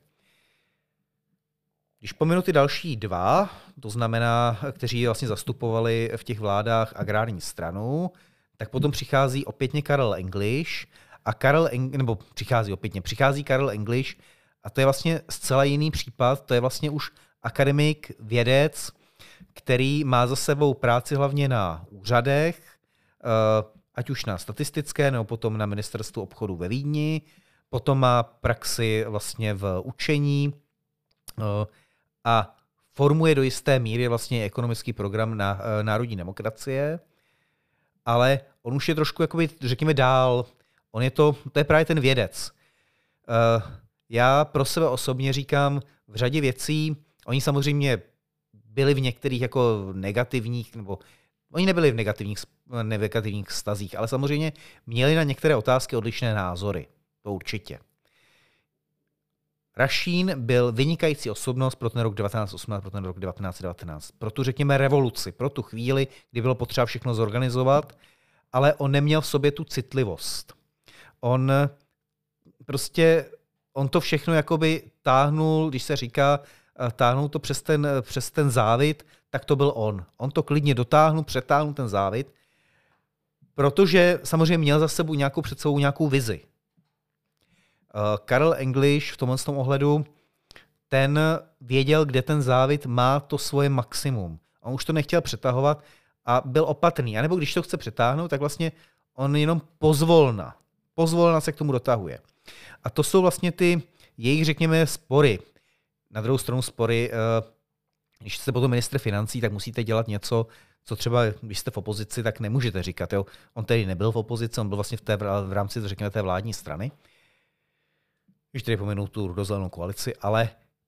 Když pominu ty další dva, to znamená, kteří vlastně zastupovali v těch vládách agrární stranu, tak potom přichází opětně Karel English a přichází Karel English A to je vlastně zcela jiný případ, to je vlastně už akademik, vědec, který má za sebou práci hlavně na úřadech, ať už na statistické, nebo potom na ministerstvu obchodu ve Vídni, potom má praxi vlastně v učení a formuje do jisté míry vlastně ekonomický program na národní demokracie, ale on už je trošku, jakoby, řekněme, dál. To je právě ten vědec. Já pro sebe osobně říkám v řadě věcí, oni samozřejmě byli v některých jako negativních, nebo oni nebyli v negativních vztazích, ale samozřejmě měli na některé otázky odlišné názory. To určitě. Rašín byl vynikající osobnost pro ten rok 1918, pro ten rok 1919. Pro tu, řekněme, revoluci, pro tu chvíli, kdy bylo potřeba všechno zorganizovat, ale on neměl v sobě tu citlivost. On to všechno jakoby táhnul, když se říká, táhnul to přes ten závit, tak to byl on. On to klidně přetáhnul ten závit, protože samozřejmě měl za sebou před sebou nějakou vizi. Karel English v tomhle ohledu, ten věděl, kde ten závit má to svoje maximum. On už to nechtěl přetahovat a byl opatrný. A nebo když to chce přetáhnout, tak vlastně on jenom pozvolna se k tomu dotahuje. A to jsou vlastně ty jejich, řekněme, spory. Na druhou stranu spory, když jste potom ministr financí, tak musíte dělat něco, co třeba, když jste v opozici, tak nemůžete říkat. Jo? On tedy nebyl v opozici, on byl vlastně v rámci, řekněme, té vládní strany. Když tedy pominu tu rudozelenou koalici, ale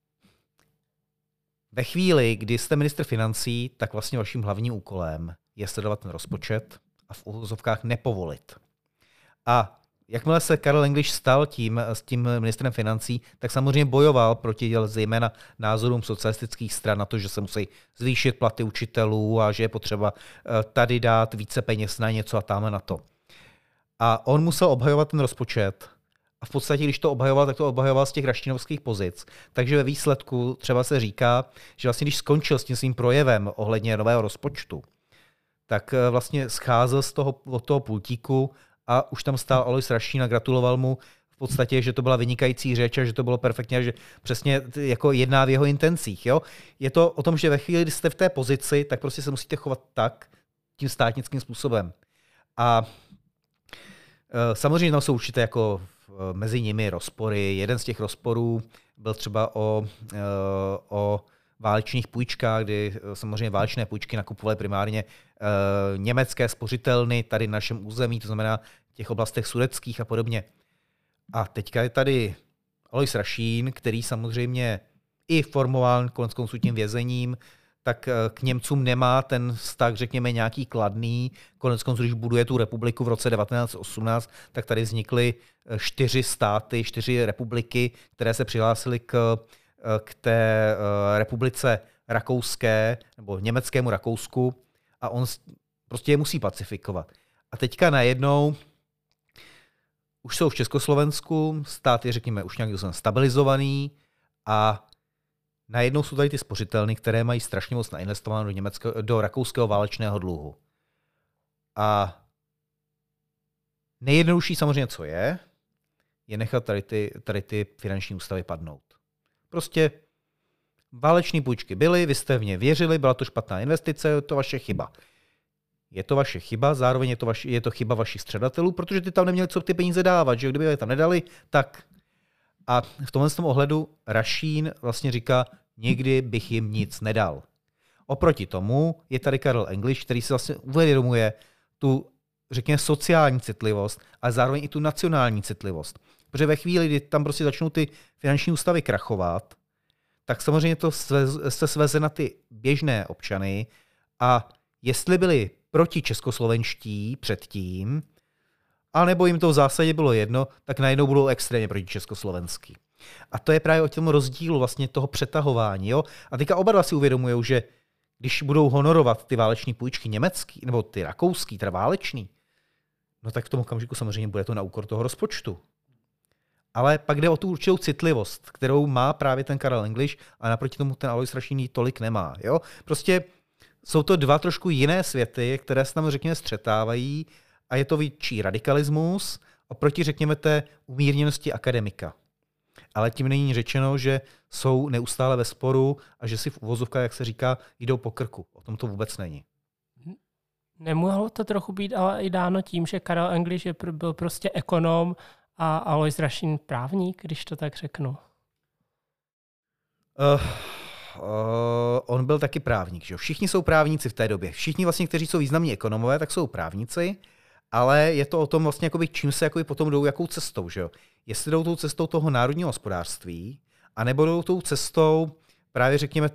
ve chvíli, kdy jste ministr financí, tak vlastně vaším hlavním úkolem je sledovat ten rozpočet a v uvozovkách nepovolit. A jakmile se Karel English stal s tím ministrem financí, tak samozřejmě bojoval proti zejména názorům socialistických stran na to, že se musí zvýšit platy učitelů a že je potřeba tady dát více peněz na něco a tamhle na to. A on musel obhajovat ten rozpočet. A v podstatě, když to obhajoval, tak to obhajoval z těch raštínovských pozic. Takže ve výsledku třeba se říká, že vlastně když skončil s tím svým projevem ohledně nového rozpočtu, tak vlastně scházel od toho pultíku a už tam stál Alois Rašín a gratuloval mu v podstatě, že to byla vynikající řeč a že to bylo perfektně, že přesně jako jedná v jeho intencích. Jo? Je to o tom, že ve chvíli, kdy jste v té pozici, tak prostě se musíte chovat tím státnickým způsobem. A samozřejmě tam jsou určité jako mezi nimi rozpory. Jeden z těch rozporů byl třeba o válečných půjčkách, kdy samozřejmě válečné půjčky nakupovaly primárně německé spořitelny tady na našem území, to znamená v těch oblastech sudetských a podobně. A teďka je tady Alois Rašín, který samozřejmě i formoval koneckonců tím vězením, tak k Němcům nemá ten vztah, řekněme, nějaký kladný. Koneckonců, když buduje tu republiku v roce 1918, tak tady vznikly 4 republiky, které se přihlásily k té republice rakouské, nebo německému Rakousku, a on prostě je musí pacifikovat. A teďka najednou už jsou v Československu, stát je, řekněme, už nějak stabilizovaný a najednou jsou tady ty spořitelny, které mají strašně moc nainvestováno do rakouského válečného dluhu. A nejjednodušší samozřejmě, co je nechat tady ty finanční ústavy padnout. Prostě váleční půjčky byly, vy jste v ně věřili, byla to špatná investice, je to vaše chyba. Je to vaše chyba, zároveň je to chyba vašich středatelů, protože ty tam neměli co ty peníze dávat, že kdyby je tam nedali, tak. A v tomhle ohledu Rašín vlastně říká, nikdy bych jim nic nedal. Oproti tomu je tady Karel English, který si vlastně uvědomuje tu, řekněme, sociální citlivost, ale zároveň i tu nacionální citlivost. Protože ve chvíli, kdy tam prostě začnou ty finanční ústavy krachovat, tak samozřejmě to se sveze na ty běžné občany a jestli byli proti českoslovenští předtím, anebo jim to v zásadě bylo jedno, tak najednou budou extrémně proti československý. A to je právě o tom rozdílu vlastně toho přetahování. Jo? A teďka oba dva si uvědomují, že když budou honorovat ty váleční půjčky německý, nebo ty rakouský, teda váleční, no tak v tom okamžiku samozřejmě bude to na úkor toho rozpočtu. Ale pak jde o tu určitou citlivost, kterou má právě ten Karel English a naproti tomu ten Alois Rašín tolik nemá. Jo? Prostě jsou to dva trošku jiné světy, které se tam, řekněme, střetávají a je to větší radikalismus oproti, řekněme, té umírněnosti akademika. ale tím není řečeno, že jsou neustále ve sporu a že si v uvozovkách, jak se říká, jdou po krku. O tom to vůbec není. Nemohlo to trochu být ale i dáno tím, že Karel English byl prostě ekonom a Alois Rašín právník, když to tak řeknu? On byl taky právník. Že? Všichni jsou právníci v té době. Všichni vlastně, kteří jsou významní ekonomové, tak jsou právníci, ale je to o tom vlastně, jakoby, čím se jakoby, potom jdou, jakou cestou. Že? Jestli jdou tou cestou toho národního hospodářství, anebo jdou tou cestou právě řekněme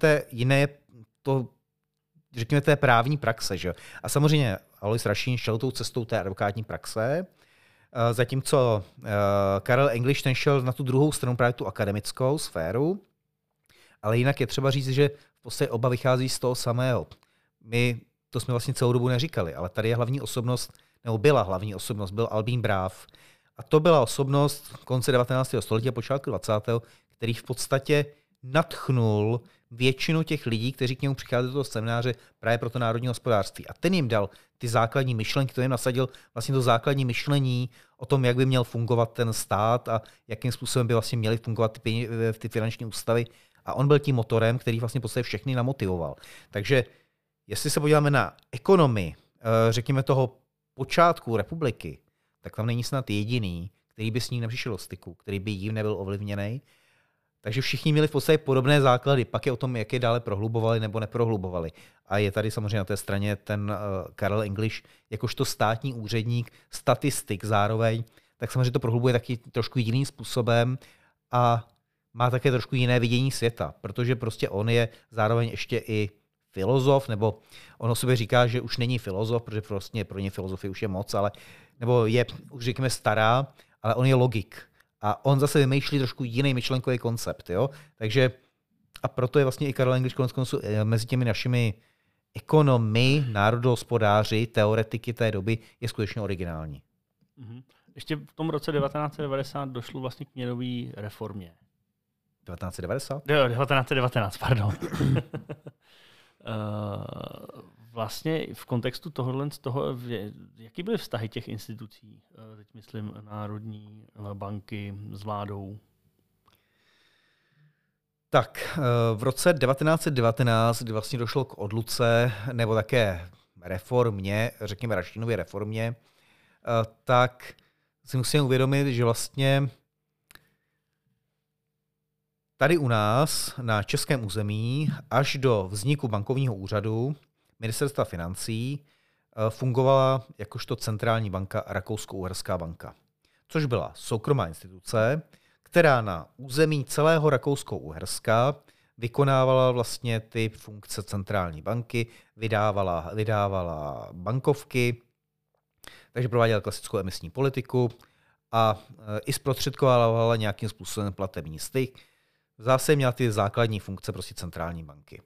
té právní praxe. Že? A samozřejmě Alois Rašín šel tou cestou té advokátní praxe, zatímco Karel English ten šel na tu druhou stranu, právě tu akademickou sféru, ale jinak je třeba říct, že v podstatě oba vychází z toho samého. To jsme vlastně celou dobu neříkali, ale tady je hlavní osobnost, nebo byla hlavní osobnost, byl Albín Bráv. A to byla osobnost konce 19. století a počátku 20. který v podstatě nadchnul většinu těch lidí, kteří k němu přicházeli do toho semináře právě pro to národní hospodářství. A ten jim dal ty základní myšlenky, to jim nasadil vlastně to základní myšlení o tom, jak by měl fungovat ten stát a jakým způsobem by vlastně měly fungovat ty finanční ústavy. A on byl tím motorem, který vlastně v podstatě všechny namotivoval. Takže jestli se podíváme na ekonomii, řekněme toho počátku republiky, tak tam není snad jediný, který by s ním nepřišel do styku, který by jím nebyl ovlivněný. Takže všichni měli v podstatě podobné základy, pak je o tom, jak je dále prohlubovali nebo neprohlubovali. A je tady samozřejmě na té straně ten Karel English, jakožto státní úředník, statistik zároveň, tak samozřejmě to prohlubuje taky trošku jiným způsobem a má také trošku jiné vidění světa, protože prostě on je zároveň ještě i filozof, nebo on o sobě říká, že už není filozof, protože prostě pro ně filozofie už je moc, ale nebo je už řekněme stará, ale on je logik. A on zase vymýšlí trošku jiný myšlenkový koncept. Jo? Takže a proto je vlastně i Karel English koneckonců mezi těmi našimi ekonomy, národohospodáři, teoretiky té doby je skutečně originální. Ještě v tom roce 1990 došlo vlastně k měnové reformě. 1990? Jo, 1919, pardon. Vlastně v kontextu tohohle, jaký byly vztahy těch institucí, teď myslím národní banky s vládou? Tak v roce 1919, kdy vlastně došlo k odluce nebo také reformě, řekněme Rašínově reformě, tak si musíme uvědomit, že vlastně tady u nás na českém území až do vzniku bankovního úřadu Ministerstva financí fungovala jakožto centrální banka Rakousko-Uherská banka, což byla soukromá instituce, která na území celého Rakousko-Uherska vykonávala vlastně ty funkce centrální banky, vydávala bankovky, takže prováděla klasickou emisní politiku a i zprostředkovala nějakým způsobem platební styk. Zase měla ty základní funkce prostě centrální banky.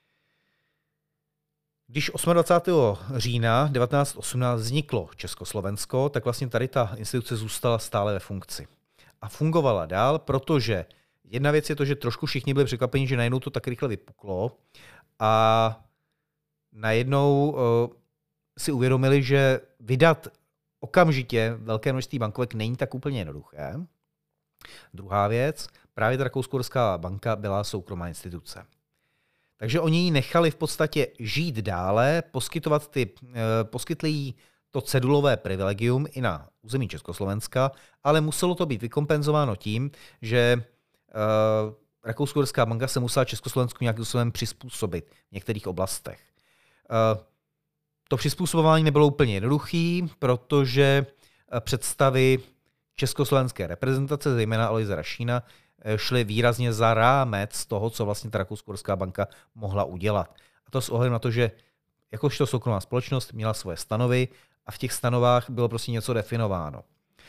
Když 28. října 1918 vzniklo Československo, tak vlastně tady ta instituce zůstala stále ve funkci. A fungovala dál, protože jedna věc je to, že trošku všichni byli překvapeni, že najednou to tak rychle vypuklo a najednou si uvědomili, že vydat okamžitě velké množství bankovek není tak úplně jednoduché. Druhá věc, právě ta Rakousko-Uherská banka byla soukromá instituce. Takže oni ji nechali v podstatě žít dále, poskytli jí to cedulové privilegium i na území Československa, ale muselo to být vykompenzováno tím, že Rakousko-Uherská banka se musela Československu nějakým způsobem přizpůsobit v některých oblastech. To přizpůsobování nebylo úplně jednoduché, protože představy československé reprezentace, zejména Aloise Rašína, šly výrazně za rámec toho, co vlastně ta Rakousko-Uherská banka mohla udělat. A to s ohledem na to, že jakožto soukromá společnost měla svoje stanovy a v těch stanovách bylo prostě něco definováno.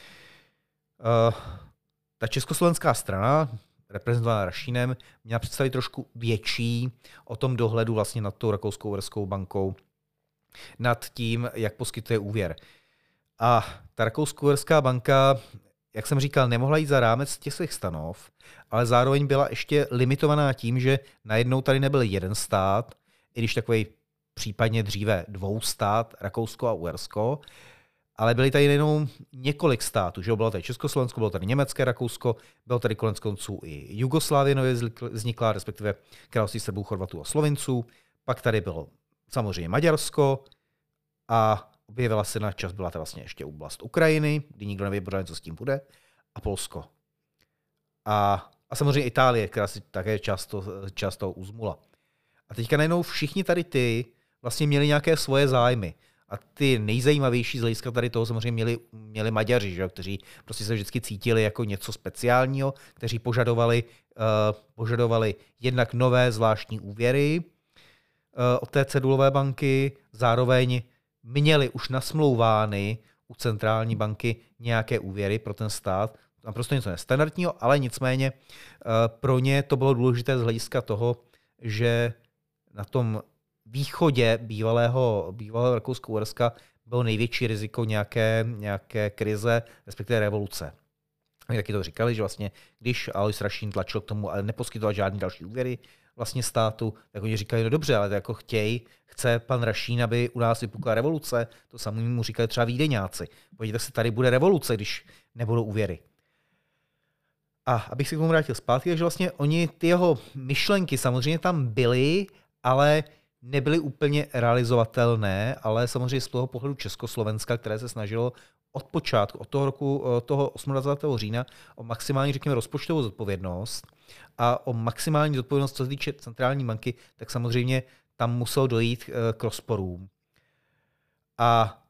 Ta československá strana, reprezentovaná Rašínem, měla představit trošku větší o tom dohledu vlastně nad tou Rakousko-Uherskou bankou, nad tím, jak poskytuje úvěr. A ta Rakousko-Uherská banka, jak jsem říkal, nemohla jít za rámec těch svých stanov, ale zároveň byla ještě limitovaná tím, že najednou tady nebyl jeden stát, i když takový případně dříve dvou stát, Rakousko a Uhersko, Ale byly tady jenom několik států, že bylo tady Československo, bylo tady Německé, Rakousko, bylo tady konec konců i Jugoslávie nově vznikla, respektive království Srbů, Chorvatů a Slovinců. Pak tady bylo samozřejmě Maďarsko a objevila se na čas, byla to vlastně ještě oblast Ukrajiny, kdy nikdo nevěděl, co s tím bude, a Polsko. A samozřejmě Itálie, která si také často uzmula. A teďka najednou všichni tady ty vlastně měli nějaké svoje zájmy. A ty nejzajímavější z hlediska tady toho samozřejmě měli Maďaři, že? Kteří prostě se vždycky cítili jako něco speciálního, kteří požadovali jednak nové zvláštní úvěry od té cedulové banky, zároveň měli už nasmlouvány u centrální banky nějaké úvěry pro ten stát. Tam prostě něco nestandardního, ale nicméně pro ně to bylo důležité z hlediska toho, že na tom východě bývalého Rakouska-Uherska bylo největší riziko nějaké krize, respektive revoluce. Oni taky to říkali, že vlastně, když Alois Rašín tlačil k tomu, ale neposkytovat žádný další úvěry vlastně státu, tak oni říkali, no dobře, ale to jako chce pan Rašín, aby u nás vypukla revoluce, to samé mu říkali třeba Vídeňáci. Podívejte se, tady bude revoluce, když nebudou úvěry. A abych se k tomu vrátil zpátky, takže vlastně oni, ty jeho myšlenky samozřejmě tam byly, ale nebyly úplně realizovatelné, ale samozřejmě z toho pohledu Československa, které se snažilo od počátku, od toho roku, toho 28. října, o maximální, řekněme, rozpočtovou zodpovědnost a o maximální zodpovědnost, co se týče centrální banky, tak samozřejmě tam muselo dojít k rozporům. A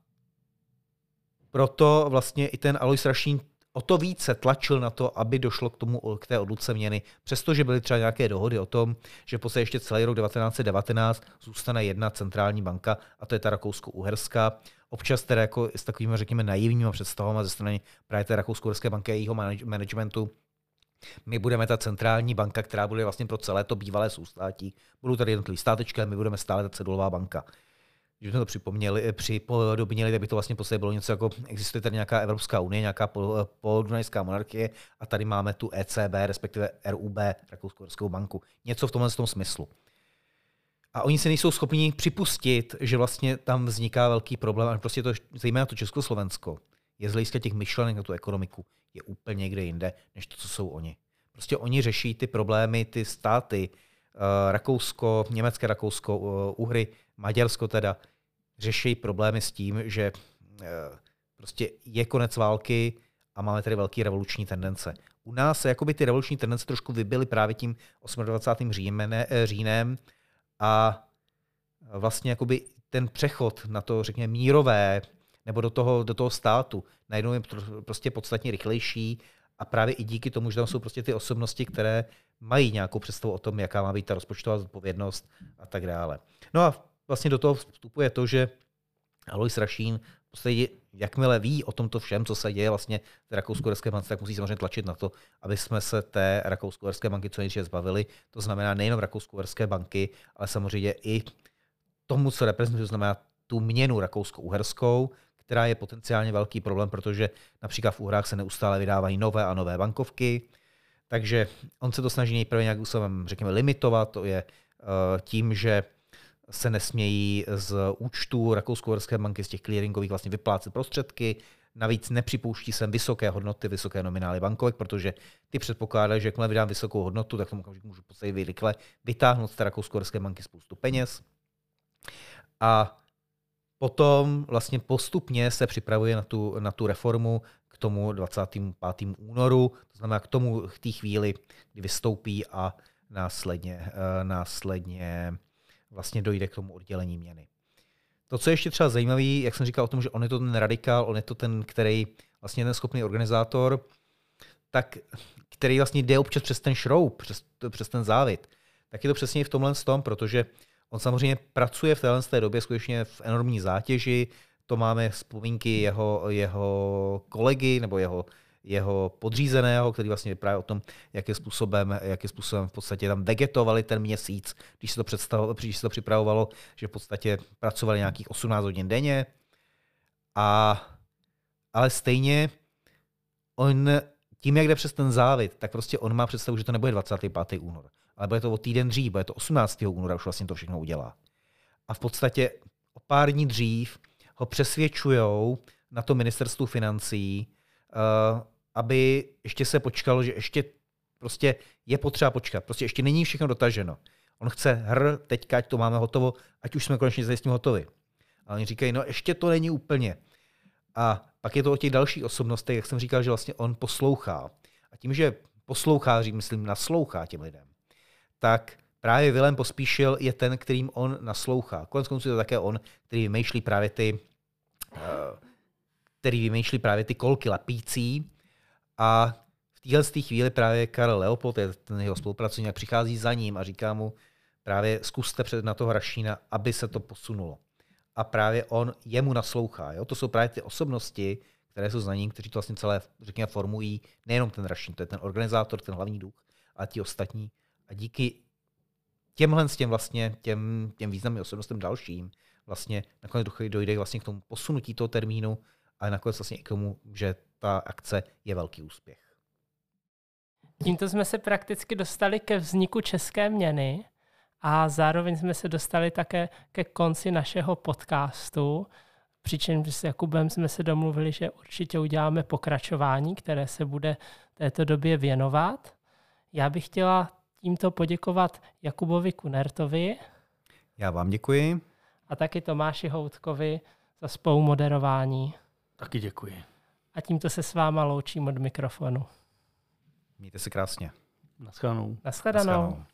proto vlastně i ten Alois Rašín o to více tlačil na to, aby došlo k té odluce měny, přestože byly třeba nějaké dohody o tom, že po ještě celý rok 1919 zůstane jedna centrální banka, a to je ta Rakousko-Uherská. Občas teda jako s takovými, řekněme, naivními představami ze strany právě té Rakousko-Uherské banky a jejího managementu. My budeme ta centrální banka, která bude vlastně pro celé to bývalé soustátí. Budou tady jednotlivý státečky, my budeme stále ta cedulová banka. Když jsme to připodobnili, tak by to vlastně podstatě bylo něco jako, existuje tady nějaká Evropská unie, nějaká podunajská monarchie a tady máme tu ECB, respektive RUB, Rakousko-Uherskou banku. Něco v tomhle smyslu. A oni si nejsou schopni připustit, že vlastně tam vzniká velký problém, a prostě to, zejména to Československo, je z hlediska těch myšlenek na tu ekonomiku, je úplně někde jinde, než to, co jsou oni. Prostě oni řeší ty problémy, ty státy, Rakousko, německé Rakousko, Uhry, Maďarsko teda, řeší problémy s tím, že prostě je konec války a máme tady velké revoluční tendence. U nás se jakoby ty revoluční tendence trošku vybily právě tím 28. říjnem a vlastně jakoby ten přechod na to, řekněme, mírové nebo do toho státu najednou je prostě podstatně rychlejší a právě i díky tomu, že tam jsou prostě ty osobnosti, které mají nějakou představu o tom, jaká má být ta rozpočtová zodpovědnost a tak dále. No a vlastně do toho vstupuje to, že Alois Rašín v podstatě, jakmile ví o tomto všem, co se děje vlastně v Rakousko-Uherské bance, tak musí samozřejmě tlačit na to, aby jsme se té Rakousko-Uherské banky co nejdříve zbavili. To znamená nejenom Rakousko-Uherské banky, ale samozřejmě i tomu, co reprezentuje, to znamená tu měnu Rakousko-Uherskou, která je potenciálně velký problém, protože například v Uhrách se neustále vydávají nové a nové bankovky. Takže on se to snaží nejprve nějakým způsobem, řekněme, limitovat. To je tím, že se nesmějí z účtu Rakousko-Uherské banky, z těch clearingových vlastně vyplácet prostředky. Navíc nepřipouští sem vysoké hodnoty, vysoké nominály bankovek, protože ty předpokládají, že jakmile vydám vysokou hodnotu, tak tomu můžu v podstatě rychle vytáhnout z té Rakousko-Uherské banky spoustu peněz. A potom vlastně postupně se připravuje na tu reformu k tomu 25. únoru, to znamená k té chvíli, kdy vystoupí a následně vlastně dojde k tomu oddělení měny. To, co je ještě třeba zajímavé, jak jsem říkal o tom, že on je to ten radikál, on je to ten, který vlastně je ten schopný organizátor, tak který vlastně jde občas přes ten šroub, přes ten závit, tak je to přesně v tomhle tom, protože on samozřejmě pracuje v téhle době skutečně v enormní zátěži. To máme vzpomínky jeho kolegy nebo jeho podřízeného, který vlastně vyprávěl o tom, jakým způsobem v podstatě tam vegetovali ten měsíc, když se to připravovalo, že v podstatě pracovali nějakých 18 hodin denně. Ale stejně on tím, jak jde přes ten závit, tak prostě on má představu, že to nebude 25. únor, ale bude to o týden dřív, bude to 18. února, už vlastně to všechno udělá. A v podstatě o pár dní dřív ho přesvědčujou na to ministerstvu financí, aby ještě se počkalo, že ještě prostě je potřeba počkat. Prostě ještě není všechno dotaženo. On chce teďka, ať to máme hotovo, ať už jsme konečně s tím hotovi. A oni říkají, no ještě to není úplně. A pak je to o těch dalších osobnostech, jak jsem říkal, že vlastně on poslouchá. A tím, že poslouchá, myslím, naslouchá těm lidem, tak právě Vilém Pospíšil je ten, kterým on naslouchá. Koneckonců je to také on, který vymýšlí právě ty kolky lapící. A v téhle chvíli právě Karel Leopold, ten jeho spolupracovník, přichází za ním a říká mu právě zkuste před na toho Rašína, aby se to posunulo. A právě on jemu naslouchá. Jo? To jsou právě ty osobnosti, které jsou za ním, kteří to vlastně celé, řekněme, formují, nejenom ten Rašín, to je ten organizátor, ten hlavní duch, ale ti ostatní. A díky těm významným osobnostem dalším vlastně nakonec dojde vlastně k tomu posunutí toho termínu, ale nakonec vlastně i k tomu, že ta akce je velký úspěch. Tímto jsme se prakticky dostali ke vzniku české měny a zároveň jsme se dostali také ke konci našeho podcastu, přičemž s Jakubem jsme se domluvili, že určitě uděláme pokračování, které se bude této době věnovat. Já bych chtěla tímto poděkovat Jakubovi Kunertovi. Já vám děkuji. A taky Tomáši Houtkovi za spolumoderování. Taky děkuji. A tímto se s váma loučím od mikrofonu. Mějte se krásně. Naschledanou. Naschledanou.